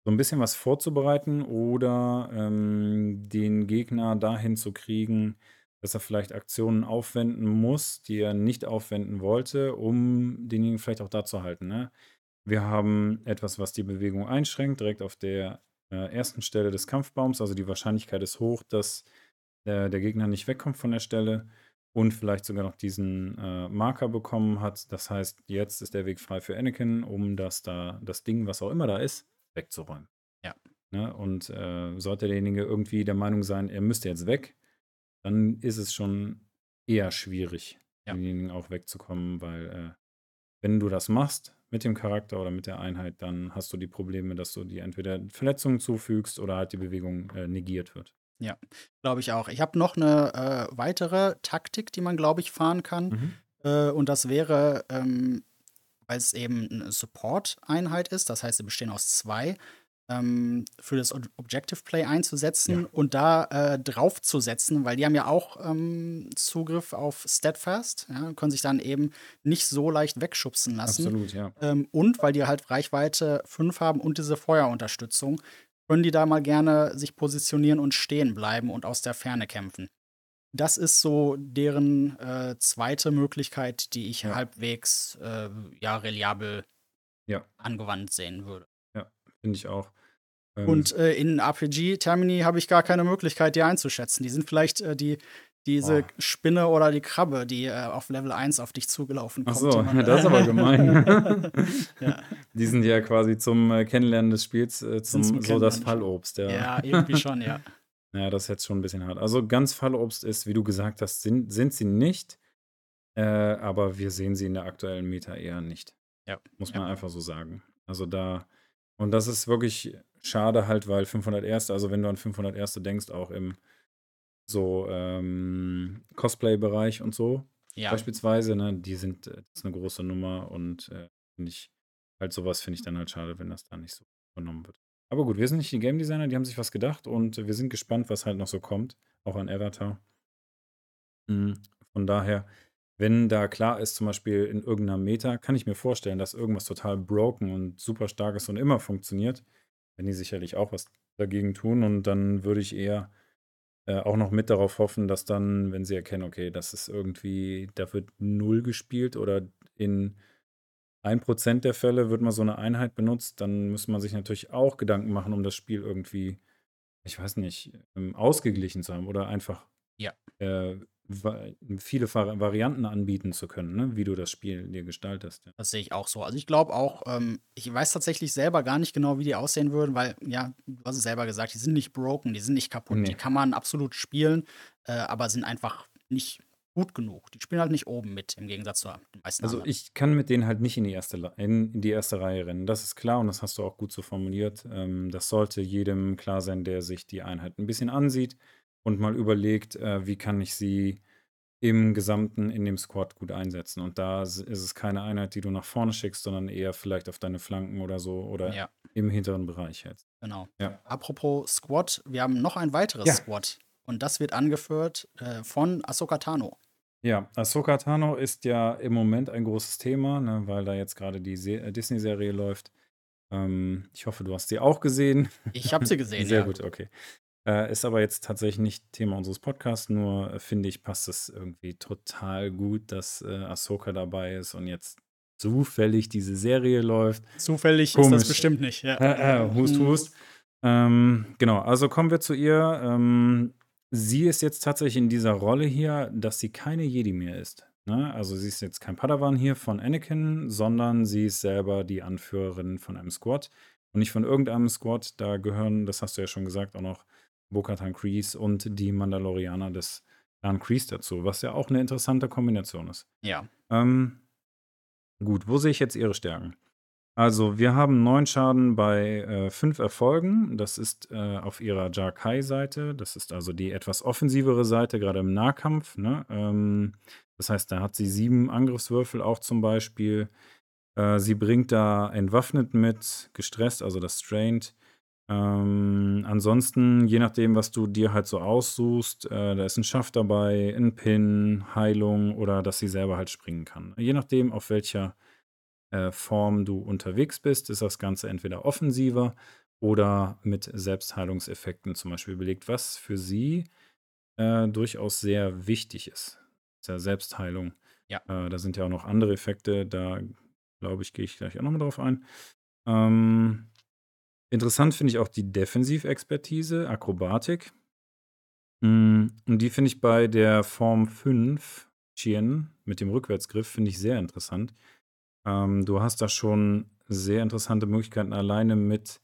[SPEAKER 1] so ein bisschen was vorzubereiten oder, ähm, den Gegner dahin zu kriegen, dass er vielleicht Aktionen aufwenden muss, die er nicht aufwenden wollte, um denjenigen vielleicht auch da zu halten, ne? Wir haben etwas, was die Bewegung einschränkt, direkt auf der, äh, ersten Stelle des Kampfbaums. Also, die Wahrscheinlichkeit ist hoch, dass der der Gegner nicht wegkommt von der Stelle und vielleicht sogar noch diesen, äh, Marker bekommen hat. Das heißt, jetzt ist der Weg frei für Anakin, um das da das Ding, was auch immer da ist, wegzuräumen,
[SPEAKER 2] Ja.
[SPEAKER 1] ne? Und, äh, sollte derjenige irgendwie der Meinung sein, er müsste jetzt weg, dann ist es schon eher schwierig,
[SPEAKER 2] Ja.
[SPEAKER 1] denjenigen auch wegzukommen, weil, äh, wenn du das machst mit dem Charakter oder mit der Einheit, dann hast du die Probleme, dass du dir entweder Verletzungen zufügst oder halt die Bewegung, äh, negiert wird.
[SPEAKER 2] Ja, glaube ich auch. Ich habe noch eine äh, weitere Taktik, die man, glaube ich, fahren kann.
[SPEAKER 1] Mhm.
[SPEAKER 2] Äh, und das wäre, ähm, weil es eben eine Support-Einheit ist, das heißt, sie bestehen aus zwei, ähm, für das Ob Objective Play einzusetzen
[SPEAKER 1] Ja,
[SPEAKER 2] und da, äh, draufzusetzen, weil die haben ja auch, ähm, Zugriff auf Steadfast, ja, können sich dann eben nicht so leicht wegschubsen lassen.
[SPEAKER 1] absolut, ja.
[SPEAKER 2] Ähm, und weil die halt Reichweite fünf haben und diese Feuerunterstützung, können die da mal gerne sich positionieren und stehen bleiben und aus der Ferne kämpfen. Das ist so deren, äh, zweite Möglichkeit, die ich
[SPEAKER 1] Ja,
[SPEAKER 2] halbwegs, äh, ja, reliabel
[SPEAKER 1] ja,
[SPEAKER 2] angewandt sehen würde.
[SPEAKER 1] ja, finde ich auch.
[SPEAKER 2] Und,
[SPEAKER 1] Ähm,
[SPEAKER 2] äh, in R P G-Termini habe ich gar keine Möglichkeit, die einzuschätzen. Die sind vielleicht, äh, die diese
[SPEAKER 1] boah.
[SPEAKER 2] Spinne oder die Krabbe, die, äh, auf Level eins auf dich zugelaufen
[SPEAKER 1] Ach
[SPEAKER 2] kommt, die
[SPEAKER 1] so,
[SPEAKER 2] man
[SPEAKER 1] das ist aber gemein.
[SPEAKER 2] ja,
[SPEAKER 1] Die sind ja quasi zum, äh, Kennenlernen des Spiels, äh,
[SPEAKER 2] sind zum
[SPEAKER 1] zum so das
[SPEAKER 2] Kennenlernen schon.
[SPEAKER 1] Fallobst, ja.
[SPEAKER 2] Ja, irgendwie schon, ja.
[SPEAKER 1] Ja, das ist jetzt schon ein bisschen hart. Also, ganz Fallobst ist, wie du gesagt hast, sind sind sie nicht, äh, aber wir sehen sie in der aktuellen Meta eher nicht.
[SPEAKER 2] Ja,
[SPEAKER 1] Muss
[SPEAKER 2] ja,
[SPEAKER 1] man einfach so sagen. Also, da und das ist wirklich schade halt, weil fünfhundert Erste, also, wenn du an fünfhundert Erste denkst, auch im so, ähm, Cosplay-Bereich und so
[SPEAKER 2] ja.
[SPEAKER 1] beispielsweise, ne, die sind äh, das ist 'ne große Nummer und, äh, finde ich halt sowas finde ich dann halt schade, wenn das da nicht so übernommen wird. Aber gut, wir sind nicht die Game Designer, die haben sich was gedacht und wir sind gespannt, was halt noch so kommt, auch an Avatar. Mhm. Von daher, wenn da klar ist, zum Beispiel in irgendeiner Meta, kann ich mir vorstellen, dass irgendwas total broken und super stark ist und immer funktioniert, werden die sicherlich auch was dagegen tun und dann würde ich eher, äh, auch noch mit darauf hoffen, dass dann, wenn sie erkennen, okay, das ist irgendwie da wird null gespielt oder in ein Prozent der Fälle wird mal so eine Einheit benutzt, dann muss man sich natürlich auch Gedanken machen, um das Spiel irgendwie, ich weiß nicht, ähm, ausgeglichen zu haben oder einfach
[SPEAKER 2] Ja.
[SPEAKER 1] äh, va viele Vari Varianten anbieten zu können, ne, wie du das Spiel dir gestaltest, ja.
[SPEAKER 2] Das sehe ich auch so. Also, ich glaube auch, ähm ich weiß tatsächlich selber gar nicht genau, wie die aussehen würden, weil, ja, du hast es selber gesagt, die sind nicht broken, die sind nicht kaputt. Die
[SPEAKER 1] Ne.
[SPEAKER 2] kann man absolut spielen, äh, aber sind einfach nicht gut genug. Die spielen halt nicht oben mit, im Gegensatz zu den meisten
[SPEAKER 1] Also,
[SPEAKER 2] anderen.
[SPEAKER 1] ich kann mit denen halt nicht in die erste La in in die erste Reihe rennen. Das ist klar und das hast du auch gut so formuliert. Ähm, das sollte jedem klar sein, der sich die Einheit 'n bisschen ansieht und mal überlegt, äh, wie kann ich sie im Gesamten in dem Squad gut einsetzen. Und da s ist es keine Einheit, die du nach vorne schickst, sondern eher vielleicht auf deine Flanken oder so oder
[SPEAKER 2] Ja,
[SPEAKER 1] im hinteren Bereich hältst.
[SPEAKER 2] genau.
[SPEAKER 1] Ja.
[SPEAKER 2] Apropos Squad, wir haben noch ein weiteres
[SPEAKER 1] Ja.
[SPEAKER 2] Squad und das wird angeführt, äh, von Ahsoka Tano.
[SPEAKER 1] Ja, Ahsoka Tano ist ja im Moment ein großes Thema, ne, weil da jetzt gerade die Se äh, Disney-Serie läuft. Ähm, ich hoffe, du hast sie auch gesehen.
[SPEAKER 2] Ich habe sie gesehen,
[SPEAKER 1] Sehr
[SPEAKER 2] ja.
[SPEAKER 1] gut, okay. Äh, ist aber jetzt tatsächlich nicht Thema unseres Podcasts, nur, äh, finde ich, passt es irgendwie total gut, dass, äh, Ahsoka dabei ist und jetzt zufällig diese Serie läuft.
[SPEAKER 2] Zufällig ist das
[SPEAKER 1] Komisch.
[SPEAKER 2] bestimmt nicht, ja.
[SPEAKER 1] Äh, äh, Hust,
[SPEAKER 2] Mhm.
[SPEAKER 1] Hust. Ähm, genau, also kommen wir zu ihr. Ähm, sie ist jetzt tatsächlich in dieser Rolle hier, dass sie keine Jedi mehr ist. Ne? Also sie ist jetzt kein Padawan hier von Anakin, sondern sie ist selber die Anführerin von einem Squad. Und nicht von irgendeinem Squad. Da gehören, das hast du ja schon gesagt, auch noch Bo-Katan Kryze und die Mandalorianer des Clan Kryze dazu, was ja auch eine interessante Kombination ist.
[SPEAKER 2] Ja.
[SPEAKER 1] Ähm, gut, wo sehe ich jetzt ihre Stärken? Also, wir haben neun Schaden bei, äh, fünf Erfolgen. Das ist, äh, auf ihrer Jarkai-Seite. Das ist also die etwas offensivere Seite, gerade im Nahkampf, ne? Ähm, das heißt, da hat sie sieben Angriffswürfel auch zum Beispiel. Äh, sie bringt da entwaffnet mit, gestresst, also das Strained. Ähm, ansonsten, je nachdem, was du dir halt so aussuchst, äh, da ist ein Schaft dabei, ein Pin, Heilung oder dass sie selber halt springen kann. Je nachdem, auf welcher äh, Form du unterwegs bist, ist das Ganze entweder offensiver oder mit Selbstheilungseffekten zum Beispiel belegt, was für sie äh, durchaus sehr wichtig ist. Ist ja Selbstheilung.
[SPEAKER 2] Ja,
[SPEAKER 1] Äh, da sind ja auch noch andere Effekte, da glaube ich, gehe ich gleich auch noch mal drauf ein. Ähm, interessant finde ich auch die Defensivexpertise, Akrobatik. Hm, und die finde ich bei der Form fünf Chien mit dem Rückwärtsgriff finde ich sehr interessant. Ähm, du hast da schon sehr interessante Möglichkeiten alleine mit,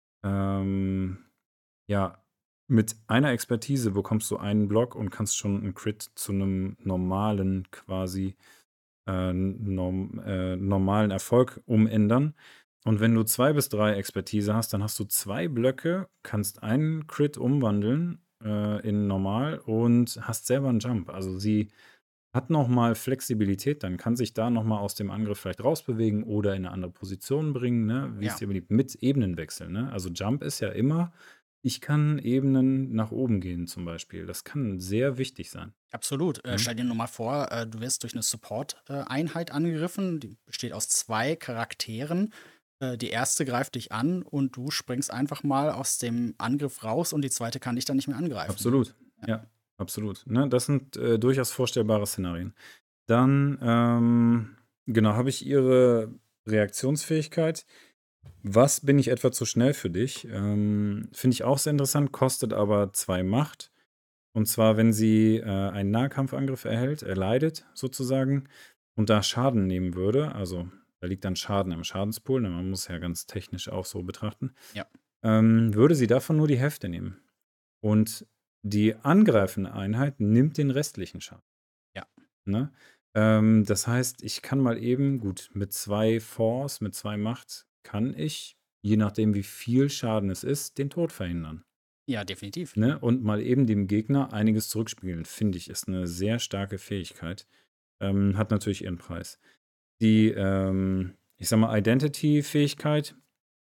[SPEAKER 1] ähm ja, mit einer Expertise bekommst du einen Block und kannst schon 'n Crit zu 'nem normalen quasi äh, norm äh, normalen Erfolg umändern. Und wenn du zwei bis drei Expertise hast, dann hast du zwei Blöcke, kannst einen Crit umwandeln, äh, in normal und hast selber 'n Jump. Also, sie hat noch mal Flexibilität, dann kann sich da noch mal aus dem Angriff vielleicht rausbewegen oder in 'ne andere Position bringen, ne, wie es
[SPEAKER 2] ja.
[SPEAKER 1] dir beliebt, mit Ebenenwechsel, ne? Also, Jump ist ja immer, ich kann Ebenen nach oben gehen zum Beispiel. Das kann sehr wichtig sein,
[SPEAKER 2] Absolut. Äh,
[SPEAKER 1] ne?
[SPEAKER 2] stell dir nur mal vor, äh, du wirst durch eine Support äh, Einheit angegriffen, die besteht aus zwei Charakteren. Äh, die erste greift dich an und du springst einfach mal aus dem Angriff raus und die zweite kann dich dann nicht mehr angreifen, ne?
[SPEAKER 1] Absolut.
[SPEAKER 2] Ja.
[SPEAKER 1] Ja, absolut. Ne, das sind, äh, durchaus vorstellbare Szenarien. Dann, ähm, genau, habe ich ihre Reaktionsfähigkeit. Was bin ich etwa zu schnell für dich? Ähm, finde ich auch sehr interessant, kostet aber zwei Macht. Und zwar, wenn sie, äh, einen Nahkampfangriff erhält, erleidet sozusagen und da Schaden nehmen würde, also, da liegt dann Schaden im Schadenspool, ne, man muss ja ganz technisch auch so betrachten,
[SPEAKER 2] Ja.
[SPEAKER 1] ähm, würde sie davon nur die Hälfte nehmen. Und die angreifende Einheit nimmt den restlichen Schaden,
[SPEAKER 2] Ja.
[SPEAKER 1] ne? Ähm, das heißt, ich kann mal eben gut, mit zwei Force, mit zwei Macht kann ich, je nachdem, wie viel Schaden es ist, den Tod verhindern,
[SPEAKER 2] Ja, definitiv.
[SPEAKER 1] ne? Und mal eben dem Gegner einiges zurückspiegeln, finde ich, ist eine sehr starke Fähigkeit. Ähm, hat natürlich ihren Preis. Die, ähm, ich sage mal, Identity-Fähigkeit,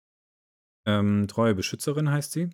[SPEAKER 1] ähm, treue Beschützerin heißt sie.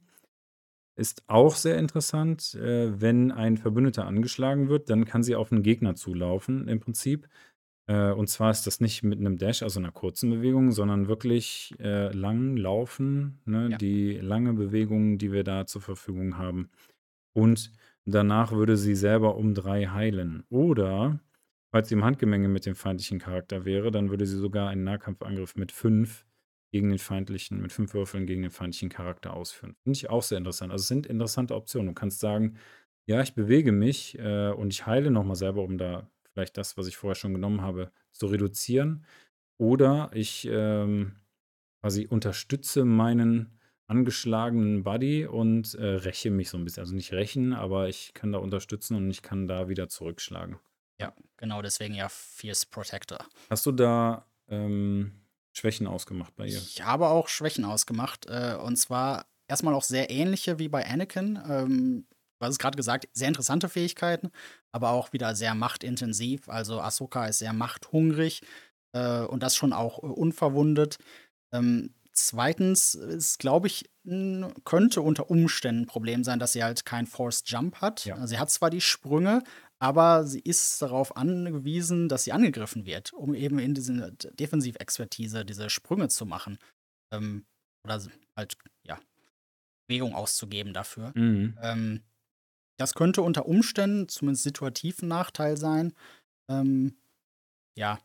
[SPEAKER 1] Ist auch sehr interessant, äh, wenn ein Verbündeter angeschlagen wird, dann kann sie auf 'n Gegner zulaufen im Prinzip. Äh, und zwar ist das nicht mit 'nem Dash, also 'ner kurzen Bewegung, sondern wirklich, äh, lang laufen, ne,
[SPEAKER 2] Ja.
[SPEAKER 1] die lange Bewegung, die wir da zur Verfügung haben. Und danach würde sie selber um drei heilen. Oder falls sie im Handgemenge mit dem feindlichen Charakter wäre, dann würde sie sogar einen Nahkampfangriff mit fünf gegen den feindlichen mit fünf Würfeln gegen den feindlichen Charakter ausführen. Finde ich auch sehr interessant. Also, es sind interessante Optionen. Du kannst sagen: „Ja, ich bewege mich, äh, und ich heile noch mal selber, um da vielleicht das, was ich vorher schon genommen habe, zu reduzieren.“ Oder ich, ähm, quasi unterstütze meinen angeschlagenen Buddy und, äh, räche mich so 'n bisschen. Also, nicht rächen, aber ich kann da unterstützen und ich kann da wieder zurückschlagen. Ja.
[SPEAKER 2] Ja, genau deswegen ja Fierce Protector.
[SPEAKER 1] Hast du da, ähm, Schwächen ausgemacht bei ihr?
[SPEAKER 2] Ich habe auch Schwächen ausgemacht, äh, und zwar erstmal auch sehr ähnliche wie bei Anakin. Ähm, du hast es grad gesagt, sehr interessante Fähigkeiten, aber auch wieder sehr machtintensiv. Also, Ahsoka ist sehr machthungrig, äh, und das schon auch, äh, unverwundet. Ähm, zweitens ist, glaube ich, hm, könnte unter Umständen 'n Problem sein, dass sie halt keinen Forced Jump hat.
[SPEAKER 1] Ja.
[SPEAKER 2] Äh, sie hat zwar die Sprünge, aber sie ist darauf angewiesen, dass sie angegriffen wird, um eben in diese D Defensivexpertise diese Sprünge zu machen, ähm, oder s halt, ja, Bewegung auszugeben dafür.
[SPEAKER 1] Mhm.
[SPEAKER 2] Ähm, das könnte unter Umständen, zumindest situativ 'n Nachteil sein. Ähm, ja,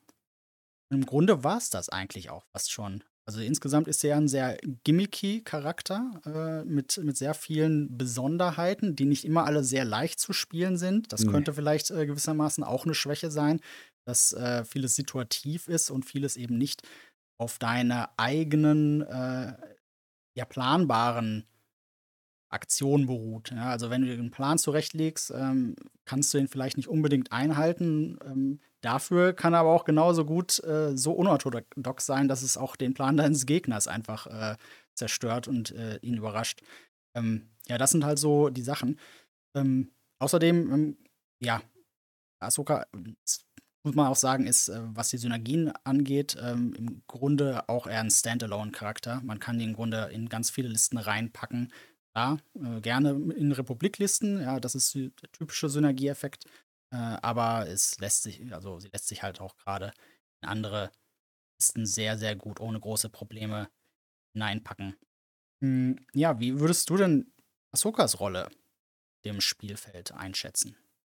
[SPEAKER 2] im Grunde war's das eigentlich auch fast schon. Also, insgesamt ist sie ja 'n sehr gimmicky Charakter, äh, mit mit sehr vielen Besonderheiten, die nicht immer alle sehr leicht zu spielen sind. Das
[SPEAKER 1] Ne.
[SPEAKER 2] könnte vielleicht, äh, gewissermaßen auch 'ne Schwäche sein, dass, äh, vieles situativ ist und vieles eben nicht auf deine eigenen, äh, ja, planbaren Aktion beruht, ja? Also, wenn du dir 'n Plan zurechtlegst, ähm, kannst du ihn vielleicht nicht unbedingt einhalten. Ähm, dafür kann er aber auch genauso gut, äh, so unorthodox sein, dass es auch den Plan deines Gegners einfach, äh, zerstört und, äh, ihn überrascht. Ähm, ja, das sind halt so die Sachen. Ähm, außerdem, ähm, ja, Ahsoka, s muss man auch sagen, ist, äh, was die Synergien angeht, ähm, im Grunde auch eher 'n Standalone-Charakter. Man kann die im Grunde in ganz viele Listen reinpacken. Ja, äh, gerne in Republik-Listen, ja, das ist die der typische Synergieeffekt, äh, aber es lässt sich also, sie lässt sich halt auch grade in andere Listen sehr, sehr gut ohne große Probleme hineinpacken. Hm, ja, wie würdest du denn Ahsokas Rolle im Spielfeld einschätzen?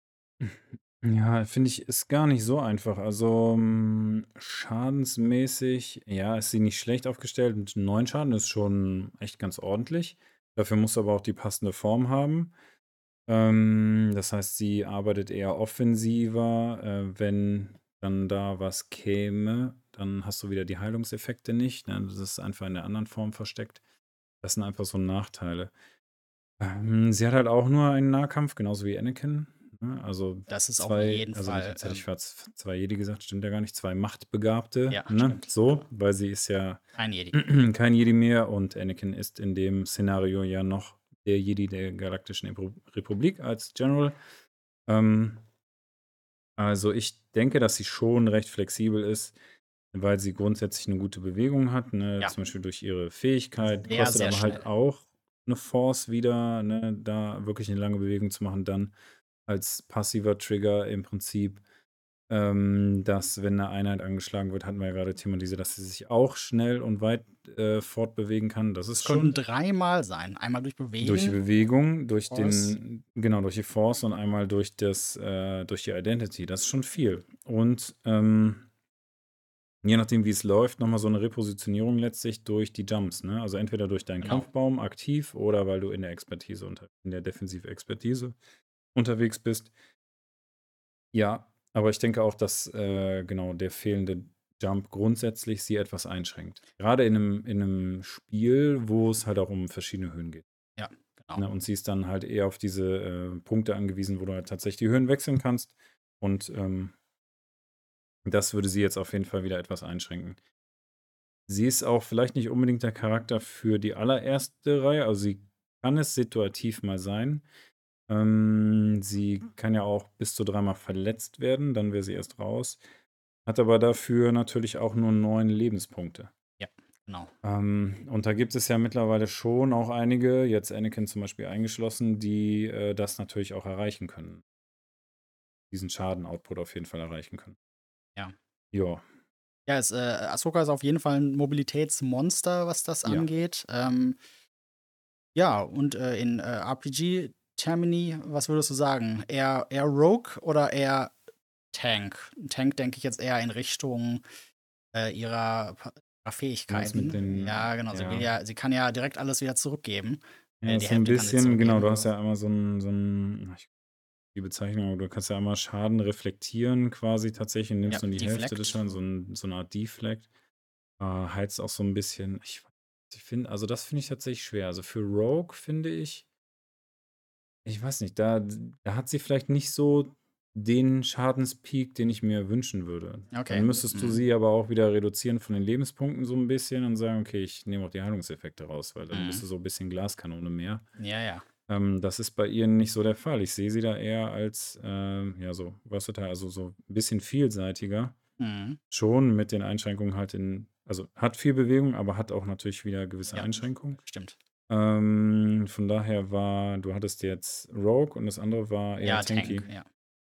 [SPEAKER 1] Ja, finde ich, ist gar nicht so einfach. Also, hm, schadensmäßig, ja, ist sie nicht schlecht aufgestellt und neun Schaden ist schon echt ganz ordentlich. Dafür muss sie aber auch die passende Form haben. Ähm, das heißt, sie arbeitet eher offensiver. Äh, wenn dann da was käme, dann hast du wieder die Heilungseffekte nicht, ne? Das ist einfach in der anderen Form versteckt. Das sind einfach so Nachteile. Ähm, sie hat halt auch nur einen Nahkampf, genauso wie Anakin, ne? Also
[SPEAKER 2] Das ist auf
[SPEAKER 1] zwei,
[SPEAKER 2] jeden
[SPEAKER 1] also nicht,
[SPEAKER 2] Fall,
[SPEAKER 1] jetzt hätte ich
[SPEAKER 2] ähm
[SPEAKER 1] fast zwei Jedi gesagt, stimmt ja gar nicht, zwei Machtbegabte,
[SPEAKER 2] ja,
[SPEAKER 1] ne?
[SPEAKER 2] stimmt.
[SPEAKER 1] So, weil sie ist ja
[SPEAKER 2] Kein Jedi.
[SPEAKER 1] kein Jedi mehr und Anakin ist in dem Szenario ja noch der Jedi der Galaktischen Repro Republik als General. Ähm, also ich denke, dass sie schon recht flexibel ist, weil sie grundsätzlich eine gute Bewegung hat, ne,
[SPEAKER 2] Ja,
[SPEAKER 1] zum Beispiel durch ihre Fähigkeit,
[SPEAKER 2] sehr,
[SPEAKER 1] kostet
[SPEAKER 2] sehr
[SPEAKER 1] aber halt
[SPEAKER 2] schnell.
[SPEAKER 1] auch eine Force wieder, ne, da wirklich eine lange Bewegung zu machen, dann als passiver Trigger im Prinzip, ähm, dass, wenn eine Einheit angeschlagen wird, hatten wir ja gerade thematisiert, dass sie sich auch schnell und weit, äh, fortbewegen kann. Das ist
[SPEAKER 2] Es konnten
[SPEAKER 1] schon
[SPEAKER 2] dreimal sein. Einmal durch
[SPEAKER 1] durch die
[SPEAKER 2] Bewegen,
[SPEAKER 1] Bewegung, durch
[SPEAKER 2] Force.
[SPEAKER 1] den genau, durch die Force und einmal durch das, äh durch die Identity. Das ist schon viel. Und, ähm je nachdem, wie es läuft, noch mal so eine Repositionierung letztlich durch die Jumps, ne? Also, entweder durch deinen
[SPEAKER 2] Genau.
[SPEAKER 1] Kampfbaum aktiv oder weil du in der Expertise unter in der Defensive-Expertise unterwegs bist. Ja, aber ich denke auch, dass, äh, genau, der fehlende Jump grundsätzlich sie etwas einschränkt. Gerade in einem in 'nem Spiel, wo es halt auch um verschiedene Höhen geht,
[SPEAKER 2] Ja, genau.
[SPEAKER 1] ne? Und sie ist dann halt eher auf diese, äh, Punkte angewiesen, wo du halt tatsächlich die Höhen wechseln kannst und, ähm, das würde sie jetzt auf jeden Fall wieder etwas einschränken. Sie ist auch vielleicht nicht unbedingt der Charakter für die allererste Reihe. Also, sie kann es situativ mal sein. Ähm, sie kann ja auch bis zu dreimal verletzt werden, dann wäre sie erst raus. Hat aber dafür natürlich auch nur neun Lebenspunkte.
[SPEAKER 2] Ja, genau.
[SPEAKER 1] Ähm, und da gibt es ja mittlerweile schon auch einige, jetzt Anakin zum Beispiel eingeschlossen, die, äh, das natürlich auch erreichen können. Diesen Schaden-Output auf jeden Fall erreichen können.
[SPEAKER 2] Ja.
[SPEAKER 1] Ja,
[SPEAKER 2] Ja, es, äh Ahsoka ist auf jeden Fall ein Mobilitätsmonster, was das
[SPEAKER 1] ja.
[SPEAKER 2] angeht. Ähm, ja, und, äh, in, äh, R P G-Termini, was würdest du sagen? Eher eher Rogue oder eher Tank? Tank denke ich jetzt eher in Richtung, äh, ihrer pa ihrer
[SPEAKER 1] Du meinst mit
[SPEAKER 2] Fähigkeiten.
[SPEAKER 1] den
[SPEAKER 2] Ja, genau, sie will
[SPEAKER 1] ja.
[SPEAKER 2] ja sie kann ja direkt alles wieder zurückgeben.
[SPEAKER 1] Ja,
[SPEAKER 2] Äh, die
[SPEAKER 1] ist so 'n
[SPEAKER 2] Hälfte kann sie
[SPEAKER 1] bisschen genau, du
[SPEAKER 2] zurückgeben.
[SPEAKER 1] hast ja einmal so 'n so 'n ich die Bezeichnung, du kannst ja einmal Schaden reflektieren quasi tatsächlich und
[SPEAKER 2] Ja,
[SPEAKER 1] nimmst dann die Hälfte des
[SPEAKER 2] Deflect.
[SPEAKER 1] Schadens, so 'n so 'ne Art Deflect. Äh, heizt auch so 'n bisschen ich ich finde also, das finde ich tatsächlich schwer. Also, für Rogue finde ich ich weiß nicht, da da hat sie vielleicht nicht so den Schadenspeak, den ich mir wünschen würde. Dann
[SPEAKER 2] Okay.
[SPEAKER 1] müsstest du
[SPEAKER 2] Mhm.
[SPEAKER 1] sie aber auch wieder reduzieren von den Lebenspunkten so 'n bisschen und sagen: „Okay, ich nehme auch die Heilungseffekte raus“, weil dann bist
[SPEAKER 2] Mhm.
[SPEAKER 1] du so 'n bisschen Glaskanone mehr.
[SPEAKER 2] Ja, ja.
[SPEAKER 1] Ähm, das ist bei ihr nicht so der Fall. Ich sehe sie da eher als, ähm, ja, so versatile, also so 'n bisschen vielseitiger.
[SPEAKER 2] Mhm.
[SPEAKER 1] Schon mit den Einschränkungen halt in also hat viel Bewegung, aber hat auch natürlich wieder gewisse
[SPEAKER 2] Ja,
[SPEAKER 1] Einschränkungen.
[SPEAKER 2] stimmt.
[SPEAKER 1] Ähm, von daher war du hattest jetzt Rogue und das andere war eher
[SPEAKER 2] Ja, Tank,
[SPEAKER 1] tanky.
[SPEAKER 2] ja.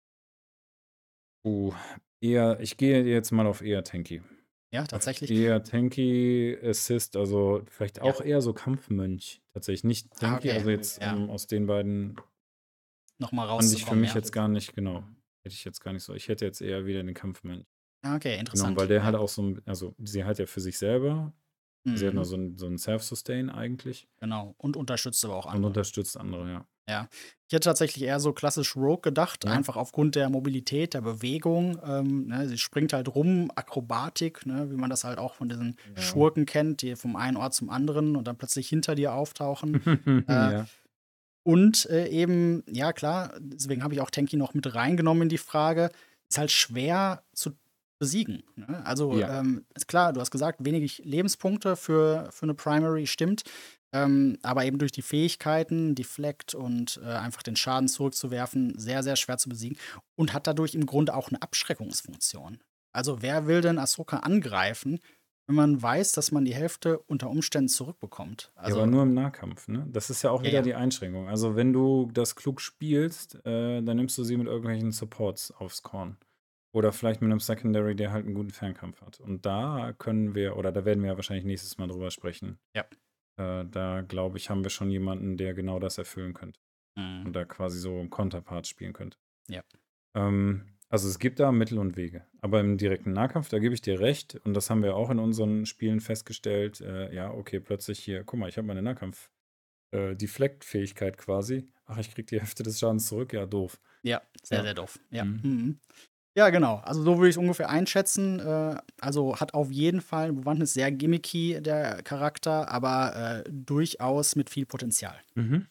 [SPEAKER 1] Uh, eher ich gehe jetzt mal auf eher tanky.
[SPEAKER 2] Ja,
[SPEAKER 1] Auf
[SPEAKER 2] tatsächlich.
[SPEAKER 1] eher tanky Assist, also vielleicht
[SPEAKER 2] Ja.
[SPEAKER 1] auch eher so Kampfmönch tatsächlich, nicht
[SPEAKER 2] Ah,
[SPEAKER 1] tanky.
[SPEAKER 2] okay.
[SPEAKER 1] Also jetzt,
[SPEAKER 2] Ja.
[SPEAKER 1] ähm, aus den beiden
[SPEAKER 2] Noch mal
[SPEAKER 1] fand ich für
[SPEAKER 2] rauszukommen,
[SPEAKER 1] mich
[SPEAKER 2] ja.
[SPEAKER 1] jetzt gar nicht genau. Hätte ich jetzt gar nicht so ich hätte jetzt eher wieder den Kampfmönch
[SPEAKER 2] Ah, okay,
[SPEAKER 1] genommen, weil
[SPEAKER 2] interessant,
[SPEAKER 1] der
[SPEAKER 2] ja.
[SPEAKER 1] halt auch so 'n also, sie hat ja für sich selber sie hat
[SPEAKER 2] Mhm,
[SPEAKER 1] nur so 'n so 'n Self-Sustain eigentlich
[SPEAKER 2] genau. Und unterstützt aber auch
[SPEAKER 1] und
[SPEAKER 2] andere.
[SPEAKER 1] unterstützt andere, ja.
[SPEAKER 2] Ja. Ich hätte tatsächlich eher so klassisch Rogue gedacht,
[SPEAKER 1] Ja?
[SPEAKER 2] einfach aufgrund der Mobilität, der Bewegung. Ähm, ne, sie springt halt rum, Akrobatik, ne, wie man das halt auch von diesen
[SPEAKER 1] Ja.
[SPEAKER 2] Schurken kennt, die vom einen Ort zum anderen und dann plötzlich hinter dir auftauchen. Äh,
[SPEAKER 1] Ja.
[SPEAKER 2] und, äh, eben, ja klar, deswegen habe ich auch Tenki noch mit reingenommen in die Frage, ist halt schwer zu besiegen, ne? Also,
[SPEAKER 1] Ja.
[SPEAKER 2] ähm, ist klar, du hast gesagt, wenig Lebenspunkte für für 'ne Primary, stimmt. Ähm, aber eben durch die Fähigkeiten, Deflect und, äh, einfach den Schaden zurückzuwerfen, sehr, sehr schwer zu besiegen und hat dadurch im Grunde auch 'ne Abschreckungsfunktion. Also, wer will denn Ahsoka angreifen, wenn man weiß, dass man die Hälfte unter Umständen zurückbekommt?
[SPEAKER 1] Ja, aber
[SPEAKER 2] Also
[SPEAKER 1] nur im Nahkampf, ne? Das ist ja auch
[SPEAKER 2] ja,
[SPEAKER 1] wieder
[SPEAKER 2] ja.
[SPEAKER 1] die Einschränkung. Also, wenn du das klug spielst, äh, dann nimmst du sie mit irgendwelchen Supports aufs Korn. Oder vielleicht mit 'nem Secondary, der halt 'n guten Fernkampf hat. Und da können wir oder da werden wir ja wahrscheinlich nächstes Mal drüber sprechen,
[SPEAKER 2] Ja.
[SPEAKER 1] Äh, da glaube ich, haben wir schon jemanden, der genau das erfüllen könnte
[SPEAKER 2] Mhm.
[SPEAKER 1] und da quasi so 'n Konterpart spielen könnte.
[SPEAKER 2] Ja.
[SPEAKER 1] Ähm, also, es gibt da Mittel und Wege. Aber im direkten Nahkampf, da gebe ich dir recht und das haben wir auch in unseren Spielen festgestellt. Äh, ja, okay, plötzlich hier, guck mal, ich habe meine Nahkampf äh, Deflect-Fähigkeit quasi. Ach, ich kriege die Hälfte des Schadens zurück. Ja, doof.
[SPEAKER 2] Ja, sehr,
[SPEAKER 1] Ja.
[SPEAKER 2] sehr doof. Ja.
[SPEAKER 1] Mhm.
[SPEAKER 2] Mhm. Ja, genau. Also, so würde ich's ungefähr einschätzen. Äh, also, hat auf jeden Fall 'n Bewandtnis, sehr gimmicky, der Charakter, aber, äh, durchaus mit viel Potenzial.
[SPEAKER 1] Mhm.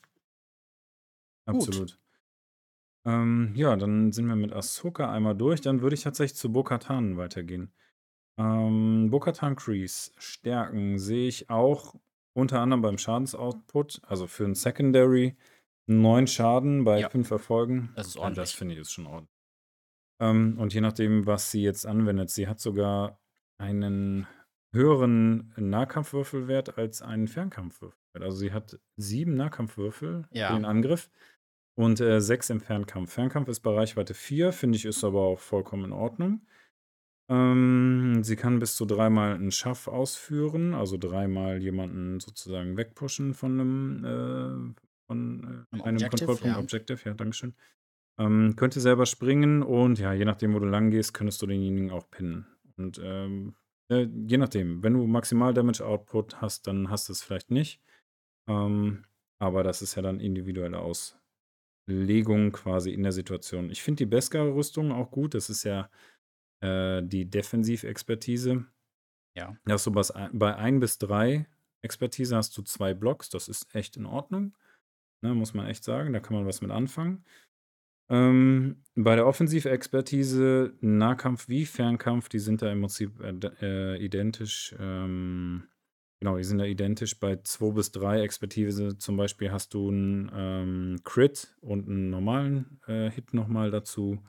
[SPEAKER 2] Gut.
[SPEAKER 1] Absolut. Ähm, ja, dann sind wir mit Ahsoka einmal durch. Dann würde ich tatsächlich zu Bo-Katan weitergehen. Ähm, Bo-Katan Kryze, Stärken sehe ich auch unter anderem beim Schadensoutput, also für 'n Secondary neun Schaden bei
[SPEAKER 2] Ja.
[SPEAKER 1] fünf Erfolgen.
[SPEAKER 2] Das ist
[SPEAKER 1] Ja, das
[SPEAKER 2] ordentlich.
[SPEAKER 1] finde ich ist schon ordentlich. Ähm, und je nachdem, was sie jetzt anwendet, sie hat sogar einen höheren Nahkampfwürfelwert als einen Fernkampfwürfelwert. Also, sie hat sieben Nahkampfwürfel für
[SPEAKER 2] Ja.
[SPEAKER 1] den Angriff und, äh, sechs im Fernkampf. Fernkampf ist bei Reichweite vier, finde ich, ist aber auch vollkommen in Ordnung. Ähm, sie kann bis zu dreimal 'n Chaff ausführen, also dreimal jemanden sozusagen wegpushen von 'nem, äh von,
[SPEAKER 2] Im
[SPEAKER 1] äh, einem
[SPEAKER 2] Objective,
[SPEAKER 1] Kontrollpunkt.
[SPEAKER 2] ja.
[SPEAKER 1] Objective, ja, danke schön. Ähm, könnte selber springen und ja, je nachdem, wo du langgehst, könntest du denjenigen auch pinnen. Und, ähm, äh, je nachdem, wenn du Maximal Damage Output hast, dann hast du's vielleicht nicht. Ähm, aber das ist ja dann individuelle Auslegung quasi in der Situation. Ich finde die Beskar-Rüstung auch gut. Das ist ja, äh, die Defensiv-Expertise.
[SPEAKER 2] Ja.
[SPEAKER 1] Da hast du was ei bei ein bis drei Expertise hast du zwei Blocks. Das ist echt in Ordnung, ne, muss man echt sagen. Da kann man was mit anfangen. Ähm, bei der Offensiv-Expertise, Nahkampf wie Fernkampf, die sind da im Prinzip, äh, d äh, identisch. Ähm, genau, die sind da identisch. Bei zwei bis drei Expertise zum Beispiel hast du 'n, ähm, Crit und 'n normalen, äh, Hit noch mal dazu.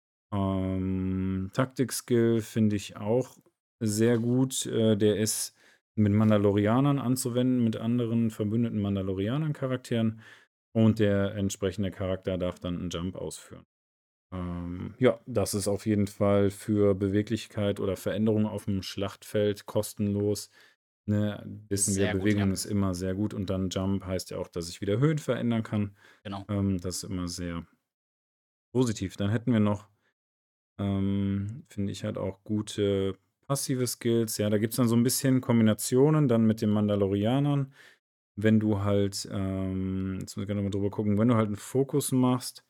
[SPEAKER 1] Ähm, Taktik-Skill finde ich auch sehr gut. Äh, der ist mit Mandalorianern anzuwenden, mit anderen verbündeten Mandalorianern-Charakteren und der entsprechende Charakter darf dann 'n Jump ausführen. Ähm, ja, das ist auf jeden Fall für Beweglichkeit oder Veränderung auf'm Schlachtfeld kostenlos, ne? Wissen wir,
[SPEAKER 2] Sehr gut, ja.
[SPEAKER 1] Bewegung ist immer sehr gut und dann Jump heißt ja auch, dass ich wieder Höhen verändern kann.
[SPEAKER 2] Genau.
[SPEAKER 1] Ähm, das ist immer sehr positiv. Dann hätten wir noch, ähm, finde ich halt auch gute passive Skills. Ja, da gibt's dann so 'n bisschen Kombinationen dann mit den Mandalorianern. Wenn du halt, ähm jetzt muss ich grad noch mal drüber gucken, wenn du halt 'n Fokus machst,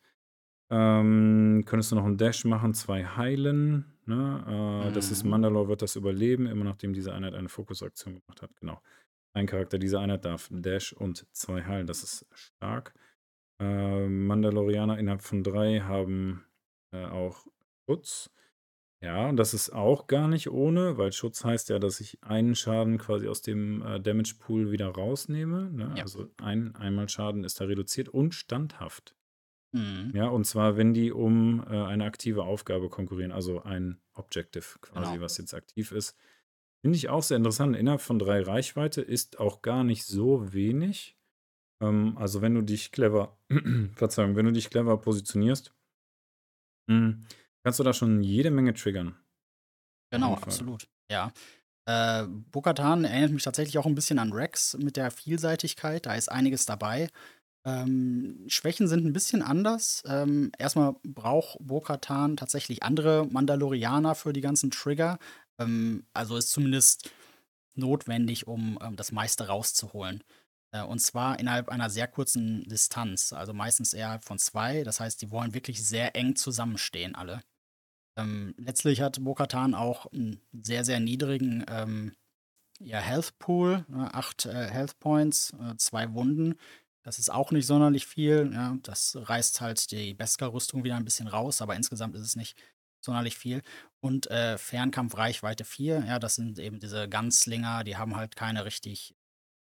[SPEAKER 1] ähm, könntest du noch 'n Dash machen, zwei heilen, ne? Äh, das ist
[SPEAKER 2] Mhm.
[SPEAKER 1] Mandalore wird das überleben, immer nachdem diese Einheit eine Fokusaktion gemacht hat, genau. Ein Charakter dieser Einheit darf 'n Dash und zwei heilen, das ist stark. Ähm, Mandalorianer innerhalb von drei haben, äh, auch Schutz. Ja, und das ist auch gar nicht ohne, weil Schutz heißt ja, dass ich einen Schaden quasi aus dem, äh, Damage Pool wieder rausnehme, ne?
[SPEAKER 2] Ja.
[SPEAKER 1] Also, ein einmal Schaden ist da reduziert und standhaft.
[SPEAKER 2] Mhm.
[SPEAKER 1] Ja, und zwar, wenn die um, äh, eine aktive Aufgabe konkurrieren, also ein Objective quasi,
[SPEAKER 2] Genau.
[SPEAKER 1] was jetzt aktiv ist. Finde ich auch sehr interessant. Innerhalb von drei Reichweite ist auch gar nicht so wenig. Ähm, also, wenn du dich clever Verzeihung, wenn du dich clever positionierst hm, kannst du da schon jede Menge triggern. Auf
[SPEAKER 2] Genau,
[SPEAKER 1] jeden Fall.
[SPEAKER 2] absolut, ja. Äh, Bo-Katan erinnert mich tatsächlich auch 'n bisschen an Rex mit der Vielseitigkeit, da ist einiges dabei. Ähm, Schwächen sind 'n bisschen anders. Ähm, erst mal braucht Bo-Katan tatsächlich andere Mandalorianer für die ganzen Trigger. Ähm, also, ist zumindest notwendig, um, ähm, das meiste rauszuholen. Äh, und zwar innerhalb einer sehr kurzen Distanz, also, meistens innerhalb von zwei. Das heißt, die wollen wirklich sehr eng zusammenstehen alle. Ähm, letztlich hat Bo-Katan auch 'n sehr, sehr niedrigen, ähm, ja, Health Pool, ne, acht, äh, Health Points, äh, zwei Wunden. Das ist auch nicht sonderlich viel, ja. Das reißt halt die Beskar-Rüstung wieder 'n bisschen raus, aber insgesamt ist es nicht sonderlich viel. Und, äh, Fernkampf Reichweite vier, ja, das sind eben diese Ganzlinger, die haben halt keine richtig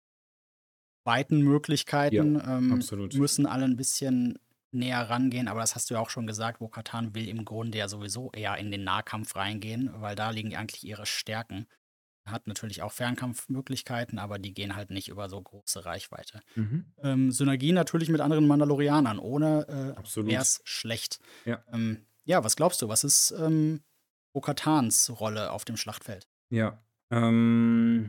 [SPEAKER 2] weiten
[SPEAKER 1] Ja,
[SPEAKER 2] Möglichkeiten, ähm,
[SPEAKER 1] absolut.
[SPEAKER 2] müssen alle 'n bisschen näher rangehen, aber das hast du ja auch schon gesagt, Bo-Katan will im Grunde ja sowieso eher in den Nahkampf reingehen, weil da liegen eigentlich ihre Stärken. Hat natürlich auch Fernkampfmöglichkeiten, aber die gehen halt nicht über so große Reichweite.
[SPEAKER 1] Mhm.
[SPEAKER 2] Ähm, Synergien natürlich mit anderen Mandalorianern, ohne, äh,
[SPEAKER 1] Absolut.
[SPEAKER 2] wär's schlecht.
[SPEAKER 1] Ja.
[SPEAKER 2] Ähm, ja, was glaubst du, was ist, ähm, Bo-Katans Rolle auf dem Schlachtfeld?
[SPEAKER 1] Ja, ähm,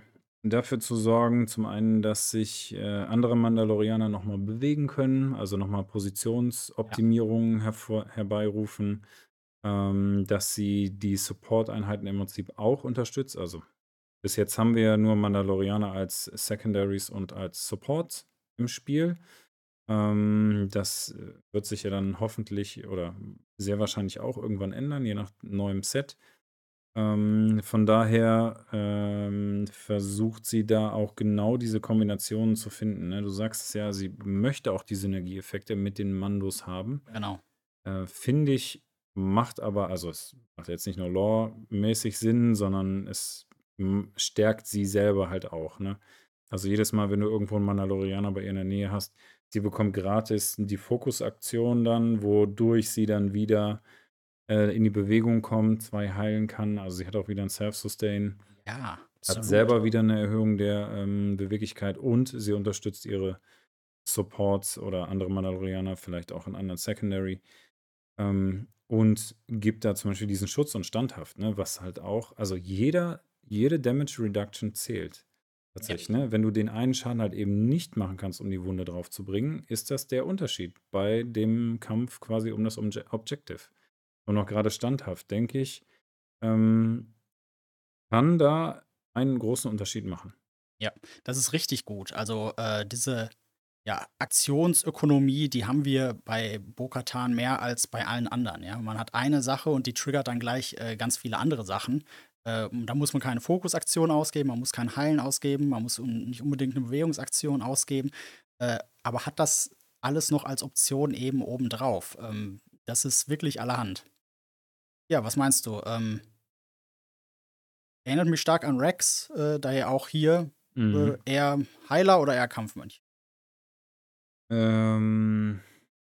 [SPEAKER 1] dafür zu sorgen, zum einen, dass sich äh, andere Mandalorianer nochmal bewegen können, also nochmal
[SPEAKER 2] Ja,
[SPEAKER 1] Positionsoptimierungen hervor herbeirufen, ähm, dass sie die Support-Einheiten im Prinzip auch unterstützt. Also bis jetzt haben wir ja nur Mandalorianer als Secondaries und als Supports im Spiel. Ähm, das äh, wird sich ja dann hoffentlich oder sehr wahrscheinlich auch irgendwann ändern, je nach neuem Set. Ähm, von daher, ähm, versucht sie da auch genau diese Kombinationen zu finden, ne? Du sagst es ja, sie möchte auch die Synergieeffekte mit den Mandos haben.
[SPEAKER 2] genau.
[SPEAKER 1] Äh, finde ich, macht aber also, es macht jetzt nicht nur lore-mäßig Sinn, sondern es, hm, stärkt sie selber halt auch, ne? Also, jedes Mal, wenn du irgendwo 'n Mandalorianer bei ihr in der Nähe hast, sie bekommt gratis die Fokusaktion dann, wodurch sie dann wieder äh, in die Bewegung kommt, zwei heilen kann. Also, sie hat auch wieder 'n Self-Sustain,
[SPEAKER 2] Ja,
[SPEAKER 1] hat
[SPEAKER 2] absolut.
[SPEAKER 1] selber wieder 'ne Erhöhung der, ähm, Beweglichkeit und sie unterstützt ihre Supports oder andere Mandalorianer, vielleicht auch in anderen Secondary, ähm, und gibt da zum Beispiel diesen Schutz und Standhaft, ne, was halt auch also, jeder jede Damage Reduction zählt
[SPEAKER 2] Ja,
[SPEAKER 1] tatsächlich, ne? Wenn du den einen Schaden halt eben nicht machen kannst, um die Wunde draufzubringen, ist das der Unterschied bei dem Kampf quasi um das Obje Objective. Und auch grade standhaft, denke ich, ähm, kann da einen großen Unterschied machen.
[SPEAKER 2] ja, das ist richtig gut. Also, äh, diese, ja, Aktionsökonomie, die haben wir bei Bo-Katan mehr als bei allen anderen, ja? Man hat eine Sache und die triggert dann gleich, äh, ganz viele andere Sachen. Ähm, da muss man keine Fokusaktion ausgeben, man muss kein Heilen ausgeben, man muss un nicht unbedingt eine Bewegungsaktion ausgeben, äh, aber hat das alles noch als Option eben obendrauf. Ähm, das ist wirklich allerhand. Ja, was meinst du? Ähm, erinnert mich stark an Rex, äh, daher auch hier, äh,
[SPEAKER 1] Mhm.
[SPEAKER 2] eher Heiler oder eher Kampfmönch?
[SPEAKER 1] Ähm,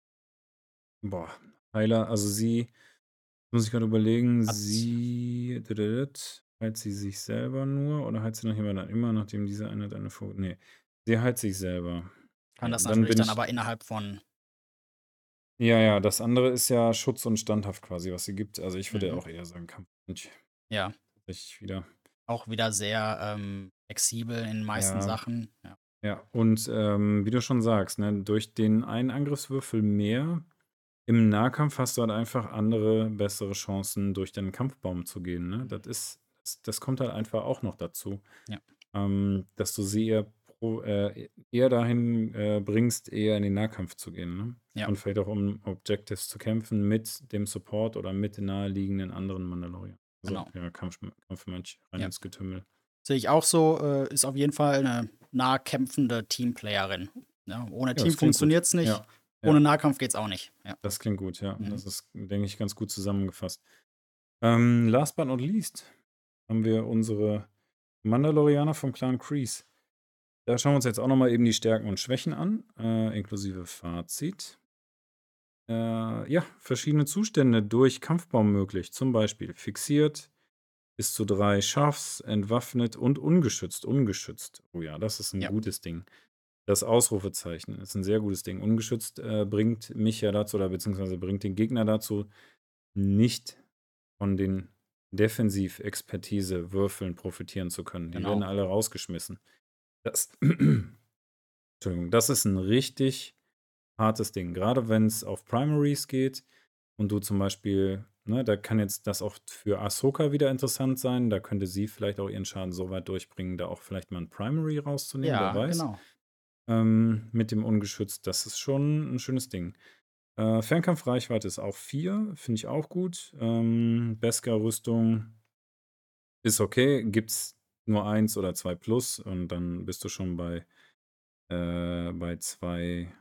[SPEAKER 1] boah, Heiler, also sie muss ich grad überlegen,
[SPEAKER 2] Hat
[SPEAKER 1] sie heilt sie sich selber nur oder heilt sie noch jemand an immer, nachdem diese Einheit eine Fu ne, sie heilt sich selber.
[SPEAKER 2] kann
[SPEAKER 1] Ja,
[SPEAKER 2] das
[SPEAKER 1] dann
[SPEAKER 2] natürlich
[SPEAKER 1] bin
[SPEAKER 2] dann
[SPEAKER 1] ich
[SPEAKER 2] aber innerhalb von
[SPEAKER 1] ja, ja, das andere ist ja Schutz und standhaft quasi, was sie gibt. Also, ich würde ja
[SPEAKER 2] mhm,
[SPEAKER 1] auch eher sagen Kampfmönch
[SPEAKER 2] ja,
[SPEAKER 1] tatsächlich wieder.
[SPEAKER 2] auch wieder sehr, ähm, flexibel in den meisten
[SPEAKER 1] Ja.
[SPEAKER 2] Sachen, ja,
[SPEAKER 1] Ja, und, ähm, wie du schon sagst, ne, durch den einen Angriffswürfel mehr im Nahkampf hast du halt einfach andere, bessere Chancen, durch deinen Kampfbaum zu gehen, ne? Das
[SPEAKER 2] mhm,
[SPEAKER 1] ist das das kommt halt einfach auch noch dazu,
[SPEAKER 2] ja,
[SPEAKER 1] ähm, dass du sie eher pro äh, eher dahin, äh, bringst, eher in den Nahkampf zu gehen, ne?
[SPEAKER 2] ja,
[SPEAKER 1] Und vielleicht auch um Objectives zu kämpfen mit dem Support oder mit den naheliegenden anderen Mandalorianern. Also,
[SPEAKER 2] genau,
[SPEAKER 1] ja, Kampfm Kampfmönch rein
[SPEAKER 2] ja.
[SPEAKER 1] ins Getümmel.
[SPEAKER 2] Sehe ich auch so, äh, ist auf jeden Fall 'ne nahkämpfende Teamplayerin, ja? Ohne
[SPEAKER 1] Ja,
[SPEAKER 2] Team
[SPEAKER 1] das klingt gut.
[SPEAKER 2] funktioniert's nicht,
[SPEAKER 1] Ja,
[SPEAKER 2] ohne
[SPEAKER 1] ja.
[SPEAKER 2] Nahkampf geht's auch nicht, ja,
[SPEAKER 1] Das klingt gut, ja.
[SPEAKER 2] mhm.
[SPEAKER 1] Das ist, denke ich, ganz gut zusammengefasst. Ähm, last but not least haben wir unsere Mandalorianer vom Clan Kreese. Da schauen wir uns jetzt auch noch mal eben die Stärken und Schwächen an, äh, inklusive Fazit. Äh, ja, verschiedene Zustände durch Kampfbaum möglich, zum Beispiel fixiert, bis zu drei Scharfs, entwaffnet und ungeschützt. Ungeschützt. Oh ja, das ist ein
[SPEAKER 2] Ja,
[SPEAKER 1] gutes Ding. Das Ausrufezeichen ist ein sehr gutes Ding. Ungeschützt, äh, bringt mich ja dazu oder beziehungsweise bringt den Gegner dazu, nicht von den Defensiv-Expertise-Würfeln profitieren zu können. Die werden
[SPEAKER 2] genau,
[SPEAKER 1] alle rausgeschmissen. Das Entschuldigung, das ist 'n richtig hartes Ding. Grade wenn's auf Primaries geht und du zum Beispiel ne, da kann jetzt das auch für Ahsoka wieder interessant sein. Da könnte sie vielleicht auch ihren Schaden so weit durchbringen, da auch vielleicht mal 'n Primary rauszunehmen, wer
[SPEAKER 2] ja,
[SPEAKER 1] weiß.
[SPEAKER 2] genau.
[SPEAKER 1] Ähm, mit dem ungeschützt, das ist schon 'n schönes Ding. Äh, Fernkampfreichweite ist auch vier, finde ich auch gut. Ähm, Beskar-Rüstung ist okay, gibt's nur eins oder zwei plus und dann bist du schon bei, äh bei zwei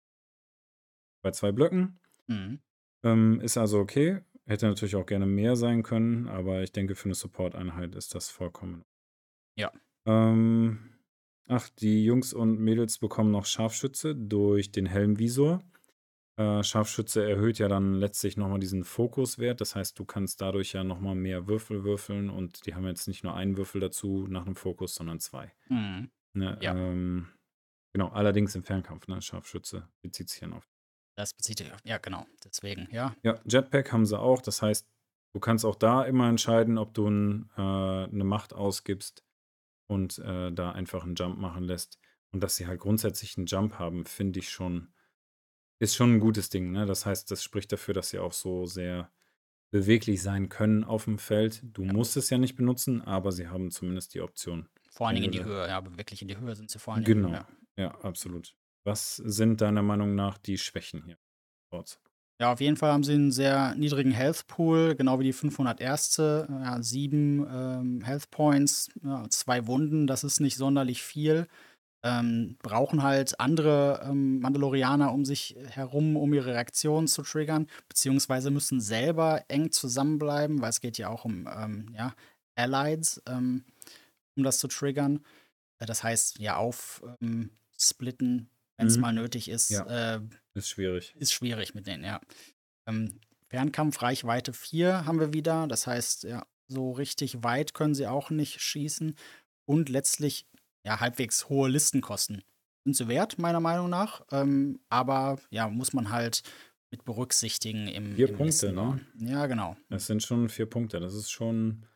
[SPEAKER 1] bei zwei Blöcken.
[SPEAKER 2] Mhm,
[SPEAKER 1] Ähm, ist also okay. Hätte natürlich auch gerne mehr sein können, aber ich denke, für 'ne Support-Einheit ist das vollkommen
[SPEAKER 2] ja,
[SPEAKER 1] ähm, ach, die Jungs und Mädels bekommen noch Scharfschütze durch den Helmvisor. Äh, Scharfschütze erhöht ja dann letztlich noch mal diesen Fokuswert. Das heißt, du kannst dadurch ja noch mal mehr Würfel würfeln und die haben jetzt nicht nur einen Würfel dazu nach 'nem Fokus, sondern zwei.
[SPEAKER 2] mhm,
[SPEAKER 1] Ne,
[SPEAKER 2] ja,
[SPEAKER 1] ähm, genau, allerdings im Fernkampf, ne? Scharfschütze bezieht sich ja auf
[SPEAKER 2] das bezieht ja ja, genau, deswegen, ja,
[SPEAKER 1] ja, Jetpack haben sie auch. Das heißt, du kannst auch da immer entscheiden, ob du 'n äh, 'ne Macht ausgibst und äh, da einfach einen Jump machen lässt. Und dass sie halt grundsätzlich einen Jump haben, finde ich schon, ist schon ein gutes Ding. Ne? Das heißt, das spricht dafür, dass sie auch so sehr beweglich sein können auf dem Feld. Du
[SPEAKER 2] Ja.
[SPEAKER 1] musst es ja nicht benutzen, aber sie haben zumindest die Option.
[SPEAKER 2] Vor allen
[SPEAKER 1] Wenn
[SPEAKER 2] Dingen
[SPEAKER 1] du
[SPEAKER 2] in die
[SPEAKER 1] da
[SPEAKER 2] Höhe, ja, aber wirklich in die Höhe sind sie vor allen Dingen,
[SPEAKER 1] genau,
[SPEAKER 2] ja.
[SPEAKER 1] ja, absolut. Was sind deiner Meinung nach die Schwächen hier? Sports?
[SPEAKER 2] Ja, auf jeden Fall haben sie einen sehr niedrigen Health Pool, genau wie die fünfhundert Erste. Ja, sieben ähm, Health Points, ja, zwei Wunden, das ist nicht sonderlich viel. Ähm, brauchen halt andere ähm, Mandalorianer um sich herum, um ihre Reaktionen zu triggern, beziehungsweise müssen selber eng zusammenbleiben, weil es geht ja auch um ähm, ja, Allies, ähm, um das zu triggern. Äh, das heißt, ja, aufsplitten, ähm, splitten, wenn es
[SPEAKER 1] Mhm.
[SPEAKER 2] mal nötig ist,
[SPEAKER 1] Ja,
[SPEAKER 2] äh,
[SPEAKER 1] ist schwierig.
[SPEAKER 2] ist schwierig mit denen, ja. Ähm, Fernkampf Reichweite vier haben wir wieder. Das heißt, ja, so richtig weit können sie auch nicht schießen. Und letztlich, ja, halbwegs hohe Listenkosten. Sind sie wert, meiner Meinung nach. Ähm, aber ja, muss man halt mit berücksichtigen im,
[SPEAKER 1] Vier
[SPEAKER 2] im
[SPEAKER 1] Punkte,
[SPEAKER 2] Listenbau.
[SPEAKER 1] ne?
[SPEAKER 2] Ja, genau.
[SPEAKER 1] Das sind schon vier Punkte. Das ist schon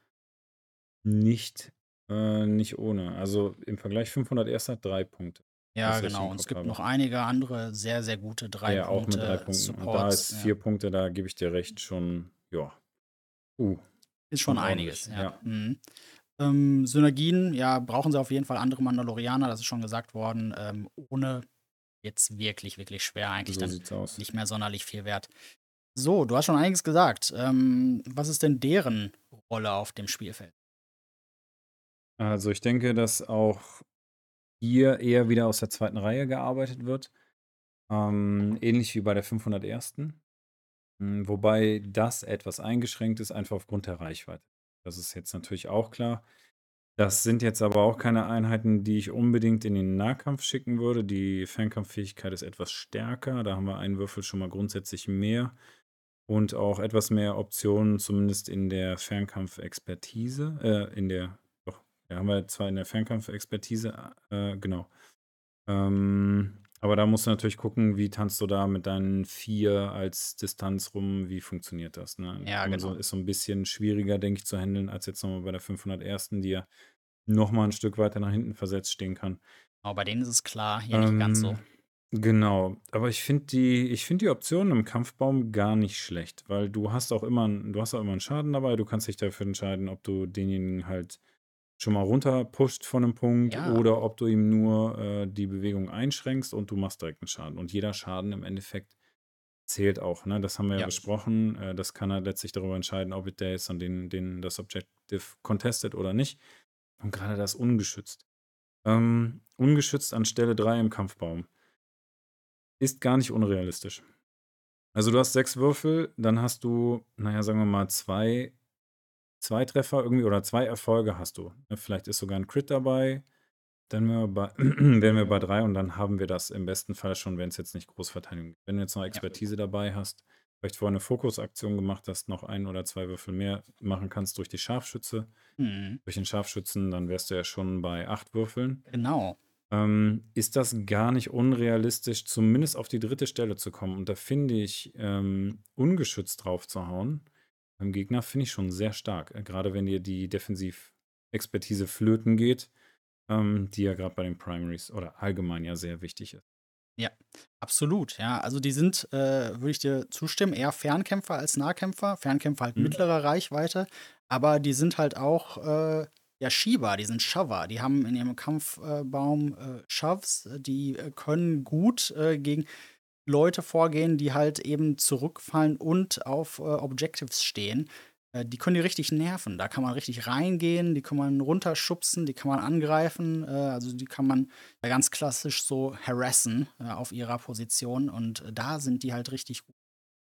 [SPEAKER 1] nicht, äh, nicht ohne. Also im Vergleich fünfhundert Erster hat drei Punkte, wenn ich
[SPEAKER 2] Ja,
[SPEAKER 1] das richtig
[SPEAKER 2] genau.
[SPEAKER 1] im
[SPEAKER 2] Und es
[SPEAKER 1] Kopf
[SPEAKER 2] gibt
[SPEAKER 1] habe.
[SPEAKER 2] noch einige andere sehr, sehr gute drei
[SPEAKER 1] Ja, auch mit drei
[SPEAKER 2] Punkte
[SPEAKER 1] Punkten. Und da
[SPEAKER 2] Supports.
[SPEAKER 1] ist
[SPEAKER 2] Ja.
[SPEAKER 1] vier Punkte, da gebe ich dir recht, schon, ja, uh,
[SPEAKER 2] Ist schon
[SPEAKER 1] schon
[SPEAKER 2] einiges,
[SPEAKER 1] ordentlich.
[SPEAKER 2] ja.
[SPEAKER 1] Ja,
[SPEAKER 2] Mhm. Ähm, Synergien, ja, brauchen sie auf jeden Fall andere Mandalorianer, das ist schon gesagt worden. Ähm, ohne jetzt wirklich, wirklich schwer, eigentlich
[SPEAKER 1] so
[SPEAKER 2] dann
[SPEAKER 1] sieht's aus.
[SPEAKER 2] nicht mehr sonderlich viel wert. So, du hast schon einiges gesagt. Ähm, was ist denn deren Rolle auf dem Spielfeld?
[SPEAKER 1] Also ich denke, dass auch hier eher wieder aus der zweiten Reihe gearbeitet wird. Ähm, ähnlich wie bei der fünfhundert Ersten. Hm, wobei das etwas eingeschränkt ist, einfach aufgrund der Reichweite. Das ist jetzt natürlich auch klar. Das sind jetzt aber auch keine Einheiten, die ich unbedingt in den Nahkampf schicken würde. Die Fernkampffähigkeit ist etwas stärker. Da haben wir einen Würfel schon mal grundsätzlich mehr und auch etwas mehr Optionen, zumindest in der Fernkampfexpertise. Äh, in der, doch, ja, haben wir zwar in der Fernkampfexpertise, äh, genau. Ähm, aber da musst du natürlich gucken, wie tanzt du da mit deinen vier als Distanz rum, wie funktioniert das, ne?
[SPEAKER 2] Ja,
[SPEAKER 1] Kann man so
[SPEAKER 2] genau.
[SPEAKER 1] ist so ein bisschen schwieriger, denke ich, zu handeln, als jetzt noch mal bei der fünfhundert Ersten, die ja noch mal 'n Stück weiter nach hinten versetzt stehen kann.
[SPEAKER 2] Aber bei denen ist es klar, hier nicht ganz so.
[SPEAKER 1] Ähm, genau. Aber ich finde die ich finde die Option im Kampfbaum gar nicht schlecht, weil du hast auch immer 'n du hast auch immer 'n Schaden dabei. Du kannst dich dafür entscheiden, ob du denjenigen halt schon mal runter pusht von 'nem Punkt
[SPEAKER 2] Ja,
[SPEAKER 1] oder ob du ihm nur, äh, die Bewegung einschränkst und du machst direkt 'n Schaden. Und jeder Schaden im Endeffekt zählt auch, ne? Das haben wir ja
[SPEAKER 2] ja,
[SPEAKER 1] besprochen. Äh, das kann er letztlich darüber entscheiden, ob der jetzt an den den das Objective contestet oder nicht. Und grade das ungeschützt. Ähm, ungeschützt an Stelle drei im Kampfbaum ist gar nicht unrealistisch. Also, du hast sechs Würfel, dann hast du, na ja, sagen wir mal, zwei zwei Treffer irgendwie oder zwei Erfolge hast du. Ne, vielleicht ist sogar 'n Crit dabei. Dann wären wir bei wären wir bei drei und dann haben wir das im besten Fall schon, wenn's jetzt nicht Großverteidigung gibt. Wenn du jetzt noch
[SPEAKER 2] ja.
[SPEAKER 1] Expertise dabei hast, vielleicht vorher 'ne Fokusaktion gemacht hast, noch ein oder zwei Würfel mehr machen kannst durch die Scharfschütze
[SPEAKER 2] Mhm.
[SPEAKER 1] durch den Scharfschützen, dann wärst du ja schon bei acht Würfeln.
[SPEAKER 2] Genau.
[SPEAKER 1] Ähm, ist das gar nicht unrealistisch, zumindest auf die dritte Stelle zu kommen. Und da finde ich, ähm, ungeschützt draufzuhauen beim Gegner, finde ich schon sehr stark. Äh, grade wenn dir die Defensivexpertise flöten geht, ähm, die ja gerade bei den Primaries oder allgemein ja sehr wichtig ist.
[SPEAKER 2] Ja, absolut, ja. Also, die sind, äh, würde ich dir zustimmen, eher Fernkämpfer als Nahkämpfer. Fernkämpfer halt
[SPEAKER 1] Mhm.
[SPEAKER 2] mittlerer Reichweite, aber die sind halt auch, äh, ja, Schieber, die sind Shover. Die haben in ihrem Kampfbaum äh, Baum, äh, Shoves, äh, die, äh, können gut, äh, gegen Leute vorgehen, die halt eben zurückfallen und auf, äh, Objectives stehen. Äh, die können die richtig nerven. Da kann man richtig reingehen, die kann man runterschubsen, die kann man angreifen. Äh, also, die kann man ja ganz klassisch so harassen, äh, auf ihrer Position und äh, da sind die halt richtig gut.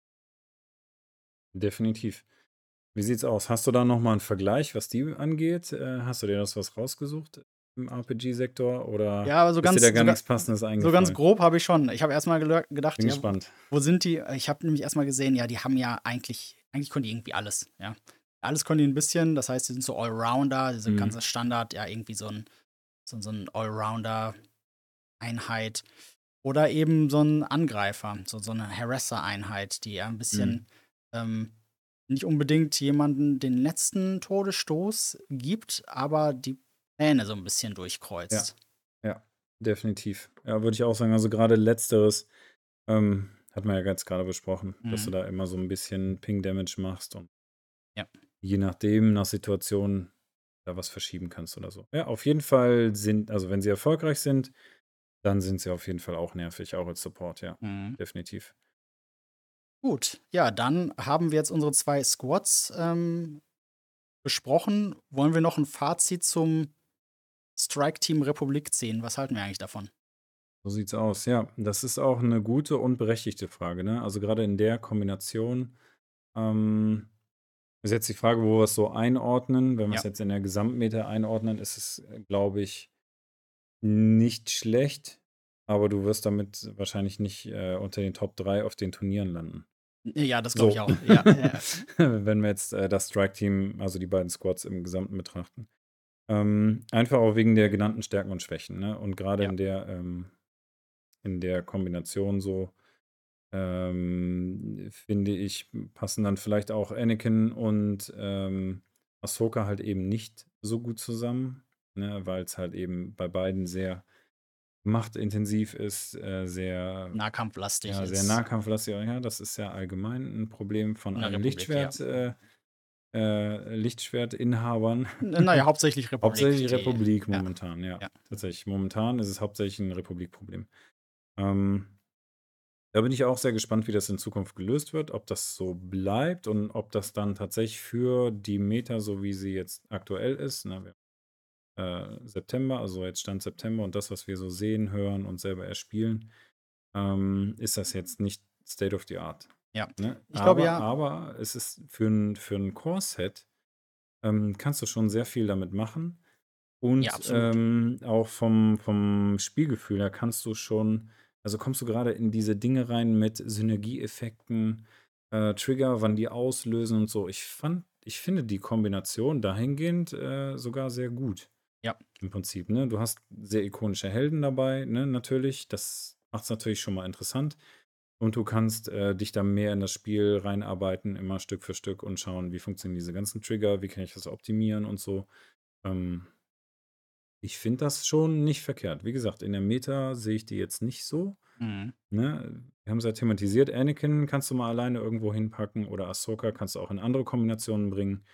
[SPEAKER 1] Definitiv. Wie sieht's aus? Hast du da noch mal 'n Vergleich, was die angeht? Äh, hast du dir das was rausgesucht im R P G-Sektor oder
[SPEAKER 2] Ja, aber so
[SPEAKER 1] ist dir
[SPEAKER 2] ganz
[SPEAKER 1] da gar
[SPEAKER 2] so ga
[SPEAKER 1] nix Passendes
[SPEAKER 2] so ganz
[SPEAKER 1] eingefallen?
[SPEAKER 2] grob habe ich schon. Ich habe erst mal gelö gedacht,
[SPEAKER 1] Bin
[SPEAKER 2] ja,
[SPEAKER 1] gespannt.
[SPEAKER 2] wo sind die? Ich habe nämlich erst mal gesehen, ja, die haben ja eigentlich eigentlich können die irgendwie alles, ja. Alles können die 'n bisschen, das heißt, die sind so Allrounder, diese
[SPEAKER 1] Mhm.
[SPEAKER 2] ganze Standard, ja, irgendwie so 'n so 'n so 'n Allrounder-Einheit oder eben so 'n Angreifer, so so 'ne Harasser-Einheit, die ja 'n
[SPEAKER 1] Mhm.
[SPEAKER 2] bisschen, ähm, nicht unbedingt jemanden den letzten Todesstoß gibt, aber die Pläne so ein bisschen
[SPEAKER 1] Ja,
[SPEAKER 2] durchkreuzt.
[SPEAKER 1] ja, definitiv. Ja, würde ich auch sagen. Also gerade letzteres ähm, hat man ja jetzt gerade besprochen, dass du
[SPEAKER 2] Mhm.
[SPEAKER 1] da immer so ein bisschen Ping-Damage machst und
[SPEAKER 2] Ja.
[SPEAKER 1] je nachdem, nach Situation, da was verschieben kannst oder so. Ja, auf jeden Fall sind, also wenn sie erfolgreich sind, dann sind sie auf jeden Fall auch nervig, auch als Support, ja,
[SPEAKER 2] Mhm.
[SPEAKER 1] definitiv.
[SPEAKER 2] Gut, ja, dann haben wir jetzt unsere zwei Squads, ähm, besprochen. Wollen wir noch ein Fazit zum Strike Team Republik ziehen? Was halten wir eigentlich davon?
[SPEAKER 1] So sieht's aus. Ja, das ist auch eine gute und berechtigte Frage, ne? Also gerade in der Kombination, ähm, ist jetzt die Frage, wo wir es so einordnen. Wenn wir es
[SPEAKER 2] Ja.
[SPEAKER 1] jetzt in der Gesamtmeta einordnen, ist es, äh, glaube ich, nicht schlecht, aber du wirst damit wahrscheinlich nicht, äh, unter den Top drei auf den Turnieren landen.
[SPEAKER 2] Ja, das glaube ich
[SPEAKER 1] So,
[SPEAKER 2] auch. Ja, ja,
[SPEAKER 1] wenn wir jetzt, äh, das Strike-Team, also die beiden Squads im Gesamten betrachten. Ähm, einfach auch wegen der genannten Stärken und Schwächen, ne? Und gerade
[SPEAKER 2] ja.
[SPEAKER 1] in der, ähm in der Kombination so, ähm, finde ich, passen dann vielleicht auch Anakin und, ähm, Ahsoka halt eben nicht so gut zusammen, ne, weil es halt eben bei beiden sehr machtintensiv ist, äh, sehr
[SPEAKER 2] Nahkampflastig
[SPEAKER 1] ja, sehr
[SPEAKER 2] ist
[SPEAKER 1] nahkampflastig. Ja, das ist ja allgemein ein Problem von
[SPEAKER 2] in der
[SPEAKER 1] allen
[SPEAKER 2] Republik, ja.
[SPEAKER 1] Lichtschwert äh, äh, Lichtschwertinhabern.
[SPEAKER 2] N na ja, hauptsächlich Republik,
[SPEAKER 1] Hauptsächlich
[SPEAKER 2] die
[SPEAKER 1] Republik
[SPEAKER 2] ja,
[SPEAKER 1] momentan, ja.
[SPEAKER 2] ja.
[SPEAKER 1] Tatsächlich. Momentan ist es hauptsächlich ein Republikproblem. Ähm Da bin ich auch sehr gespannt, wie das in Zukunft gelöst wird, ob das so bleibt und ob das dann tatsächlich für die Meta, so wie sie jetzt aktuell ist, ne, wir äh, September, also jetzt Stand September und das, was wir so sehen, hören und selber erspielen, ähm, ist das jetzt nicht State of the Art.
[SPEAKER 2] Ja.
[SPEAKER 1] Ne?
[SPEAKER 2] Ich glaube
[SPEAKER 1] Aber,
[SPEAKER 2] ja
[SPEAKER 1] aber es ist für ein, für ein Core-Set, ähm, kannst du schon sehr viel damit machen.
[SPEAKER 2] ja,
[SPEAKER 1] Und,
[SPEAKER 2] absolut.
[SPEAKER 1] ähm, auch vom vom Spielgefühl her kannst du schon also, kommst du gerade in diese Dinge rein mit Synergieeffekten, äh, Trigger, wann die auslösen und so. Ich fand ich finde die Kombination dahingehend, äh, sogar sehr gut
[SPEAKER 2] Ja.
[SPEAKER 1] im Prinzip, ne? Du hast sehr ikonische Helden dabei, ne, natürlich. Das macht es natürlich schon mal interessant. Und du kannst, äh, dich da mehr in das Spiel reinarbeiten, immer Stück für Stück und schauen, wie funktionieren diese ganzen Trigger, wie kann ich das optimieren und so. Ähm Ich finde das schon nicht verkehrt. Wie gesagt, in der Meta sehe ich die jetzt nicht so,
[SPEAKER 2] Mhm.
[SPEAKER 1] ne? Wir haben es ja thematisiert, Anakin kannst du mal alleine irgendwo hinpacken oder Ahsoka kannst du auch in andere Kombinationen bringen.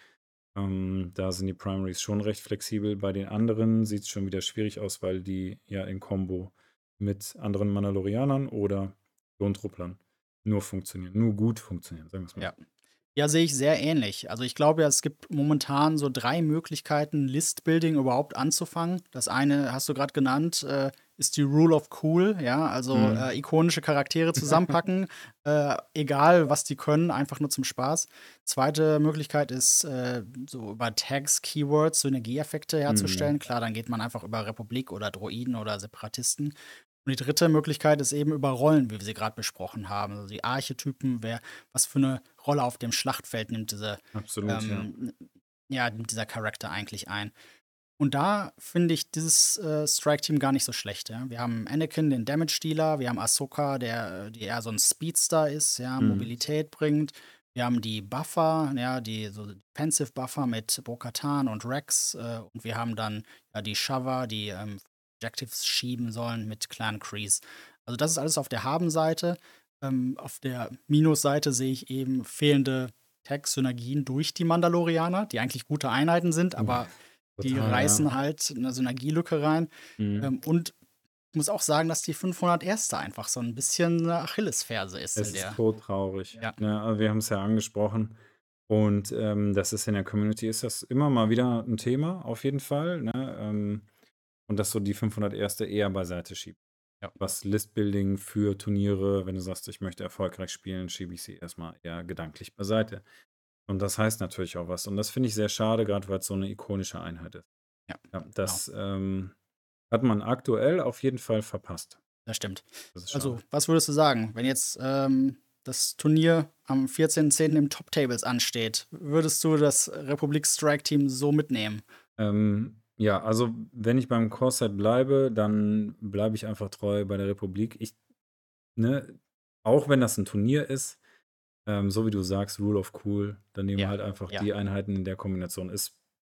[SPEAKER 1] Ähm, da sind die Primaries schon recht flexibel. Bei den anderen sieht es schon wieder schwierig aus, weil die ja in Kombo mit anderen Mandalorianern oder Klontruppler nur funktionieren, nur gut funktionieren, sagen wir es mal
[SPEAKER 2] Ja.
[SPEAKER 1] so.
[SPEAKER 2] Ja, sehe ich sehr ähnlich. Also, ich glaube ja, es gibt momentan so drei Möglichkeiten, List-Building überhaupt anzufangen. Das eine hast du gerade genannt, äh, ist die Rule of Cool, ja, also,
[SPEAKER 1] Mhm.
[SPEAKER 2] äh, ikonische Charaktere zusammenpacken, äh, egal was die können, einfach nur zum Spaß. Zweite Möglichkeit ist, äh, so über Tags, Keywords Synergieeffekte
[SPEAKER 1] Mhm.
[SPEAKER 2] herzustellen. Klar, dann geht man einfach über Republik oder Droiden oder Separatisten. Und die dritte Möglichkeit ist eben über Rollen, wie wir sie gerade besprochen haben. Also, die Archetypen, wer was für eine Rolle auf dem Schlachtfeld nimmt diese
[SPEAKER 1] Absolut, ja.
[SPEAKER 2] ähm, ja, nimmt dieser Charakter eigentlich ein. Und da finde ich dieses, äh, Strike-Team gar nicht so schlecht, ja. Wir haben Anakin, den Damage-Dealer, wir haben Ahsoka, der äh, die eher so ein Speedster ist, ja,
[SPEAKER 1] Mhm.
[SPEAKER 2] Mobilität bringt. Wir haben die Buffer, ja, die so Defensive Buffer mit Bo-Katan und Rex, äh, und wir haben dann, ja, die Shover, die, ähm, Objectives schieben sollen mit Clan Kreese. Also, das ist alles auf der Haben-Seite. Ähm, auf der Minus-Seite sehe ich eben fehlende Tag-Synergien durch die Mandalorianer, die eigentlich gute Einheiten sind,
[SPEAKER 1] Ja,
[SPEAKER 2] aber die
[SPEAKER 1] total, ja.
[SPEAKER 2] reißen halt 'ne Synergielücke rein.
[SPEAKER 1] Mhm.
[SPEAKER 2] Ähm, und ich muss auch sagen, dass die fünfhundert einfach so 'n bisschen 'ne Achillesferse ist in
[SPEAKER 1] Es ist
[SPEAKER 2] der
[SPEAKER 1] todtraurig,
[SPEAKER 2] ja,
[SPEAKER 1] ne? Also, wir haben es ja angesprochen und, ähm, das ist in der Community ist das immer mal wieder ein Thema auf jeden Fall, ne? Ähm, und dass so die fünfhundert eher beiseite schiebt.
[SPEAKER 2] ja,
[SPEAKER 1] Was Listbuilding für Turniere wenn du sagst: „Ich möchte erfolgreich spielen“, schiebe ich sie erstmal eher gedanklich beiseite. Und das heißt natürlich auch was. Und das finde ich sehr schade, grad weil's so eine ikonische Einheit ist.
[SPEAKER 2] ja,
[SPEAKER 1] Ja,
[SPEAKER 2] genau,
[SPEAKER 1] das, ähm, hat man aktuell auf jeden Fall verpasst.
[SPEAKER 2] das stimmt.
[SPEAKER 1] Das ist
[SPEAKER 2] Also,
[SPEAKER 1] schade.
[SPEAKER 2] was würdest du sagen, wenn jetzt, ähm, das Turnier am vierzehnten zehnten im Top Tables ansteht, würdest du das Republik Strike Team so mitnehmen?
[SPEAKER 1] Ähm, ja, also wenn ich beim Core-Set bleibe, dann bleibe ich einfach treu bei der Republik. Ich ne, auch wenn das ein Turnier ist, ähm, so wie du sagst, Rule of Cool, dann nehmen wir
[SPEAKER 2] Ja,
[SPEAKER 1] halt einfach
[SPEAKER 2] ja,
[SPEAKER 1] die Einheiten in der Kombination. Es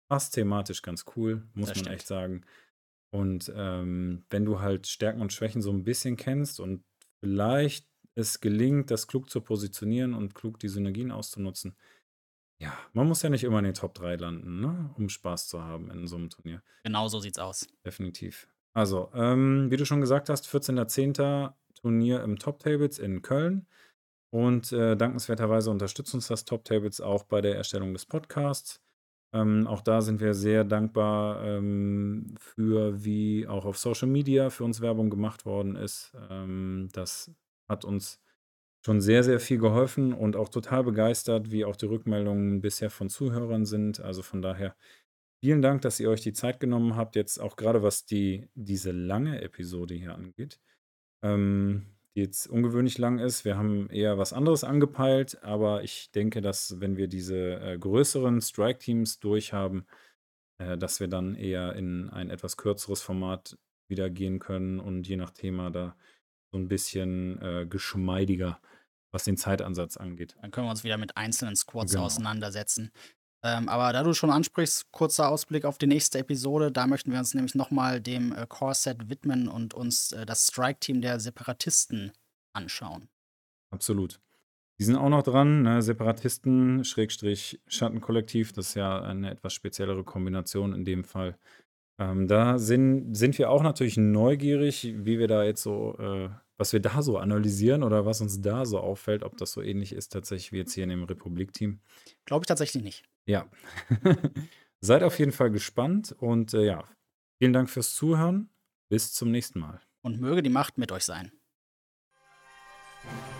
[SPEAKER 1] passt thematisch ganz cool, muss
[SPEAKER 2] Das
[SPEAKER 1] man echt
[SPEAKER 2] stimmt.
[SPEAKER 1] sagen. Und ähm, wenn du halt Stärken und Schwächen so ein bisschen kennst und vielleicht es gelingt, das klug zu positionieren und klug die Synergien auszunutzen. Ja, man muss ja nicht immer in den Top drei landen, ne, um Spaß zu haben in so einem Turnier.
[SPEAKER 2] Genau so sieht's aus.
[SPEAKER 1] Definitiv. Also, ähm, wie du schon gesagt hast, vierzehnter zehnter Turnier im Top Tables in Köln. Und äh, dankenswerterweise unterstützt uns das Top Tables auch bei der Erstellung des Podcasts. Ähm, auch da sind wir sehr dankbar ähm, für, wie auch auf Social Media für uns Werbung gemacht worden ist. Ähm, das hat uns schon sehr, sehr viel geholfen und auch total begeistert, wie auch die Rückmeldungen bisher von Zuhörern sind. Also von daher vielen Dank, dass ihr euch die Zeit genommen habt, jetzt auch gerade was die, diese lange Episode hier angeht, ähm, die jetzt ungewöhnlich lang ist. Wir haben eher was anderes angepeilt, aber ich denke, dass wenn wir diese äh, größeren Strike-Teams durchhaben, äh, dass wir dann eher in ein etwas kürzeres Format wieder gehen können und je nach Thema da so ein bisschen äh, geschmeidiger, was den Zeitansatz angeht.
[SPEAKER 2] Dann können wir uns wieder mit einzelnen Squads
[SPEAKER 1] Genau.
[SPEAKER 2] auseinandersetzen. Ähm, aber da du schon ansprichst, kurzer Ausblick auf die nächste Episode. Da möchten wir uns nämlich noch mal dem äh, Core-Set widmen und uns äh, das Strike-Team der Separatisten anschauen.
[SPEAKER 1] Absolut. Die sind auch noch dran, ne? Separatisten, Schrägstrich Schattenkollektiv, das ist ja eine etwas speziellere Kombination in dem Fall. Ähm, da sind, sind wir auch natürlich neugierig, wie wir da jetzt so, äh, was wir da so analysieren oder was uns da so auffällt, ob das so ähnlich ist tatsächlich wie jetzt hier in dem Republik-Team.
[SPEAKER 2] Glaube ich tatsächlich nicht.
[SPEAKER 1] Ja. Seid auf jeden Fall gespannt und äh, ja, vielen Dank fürs Zuhören. Bis zum nächsten Mal.
[SPEAKER 2] Und möge die Macht mit euch sein.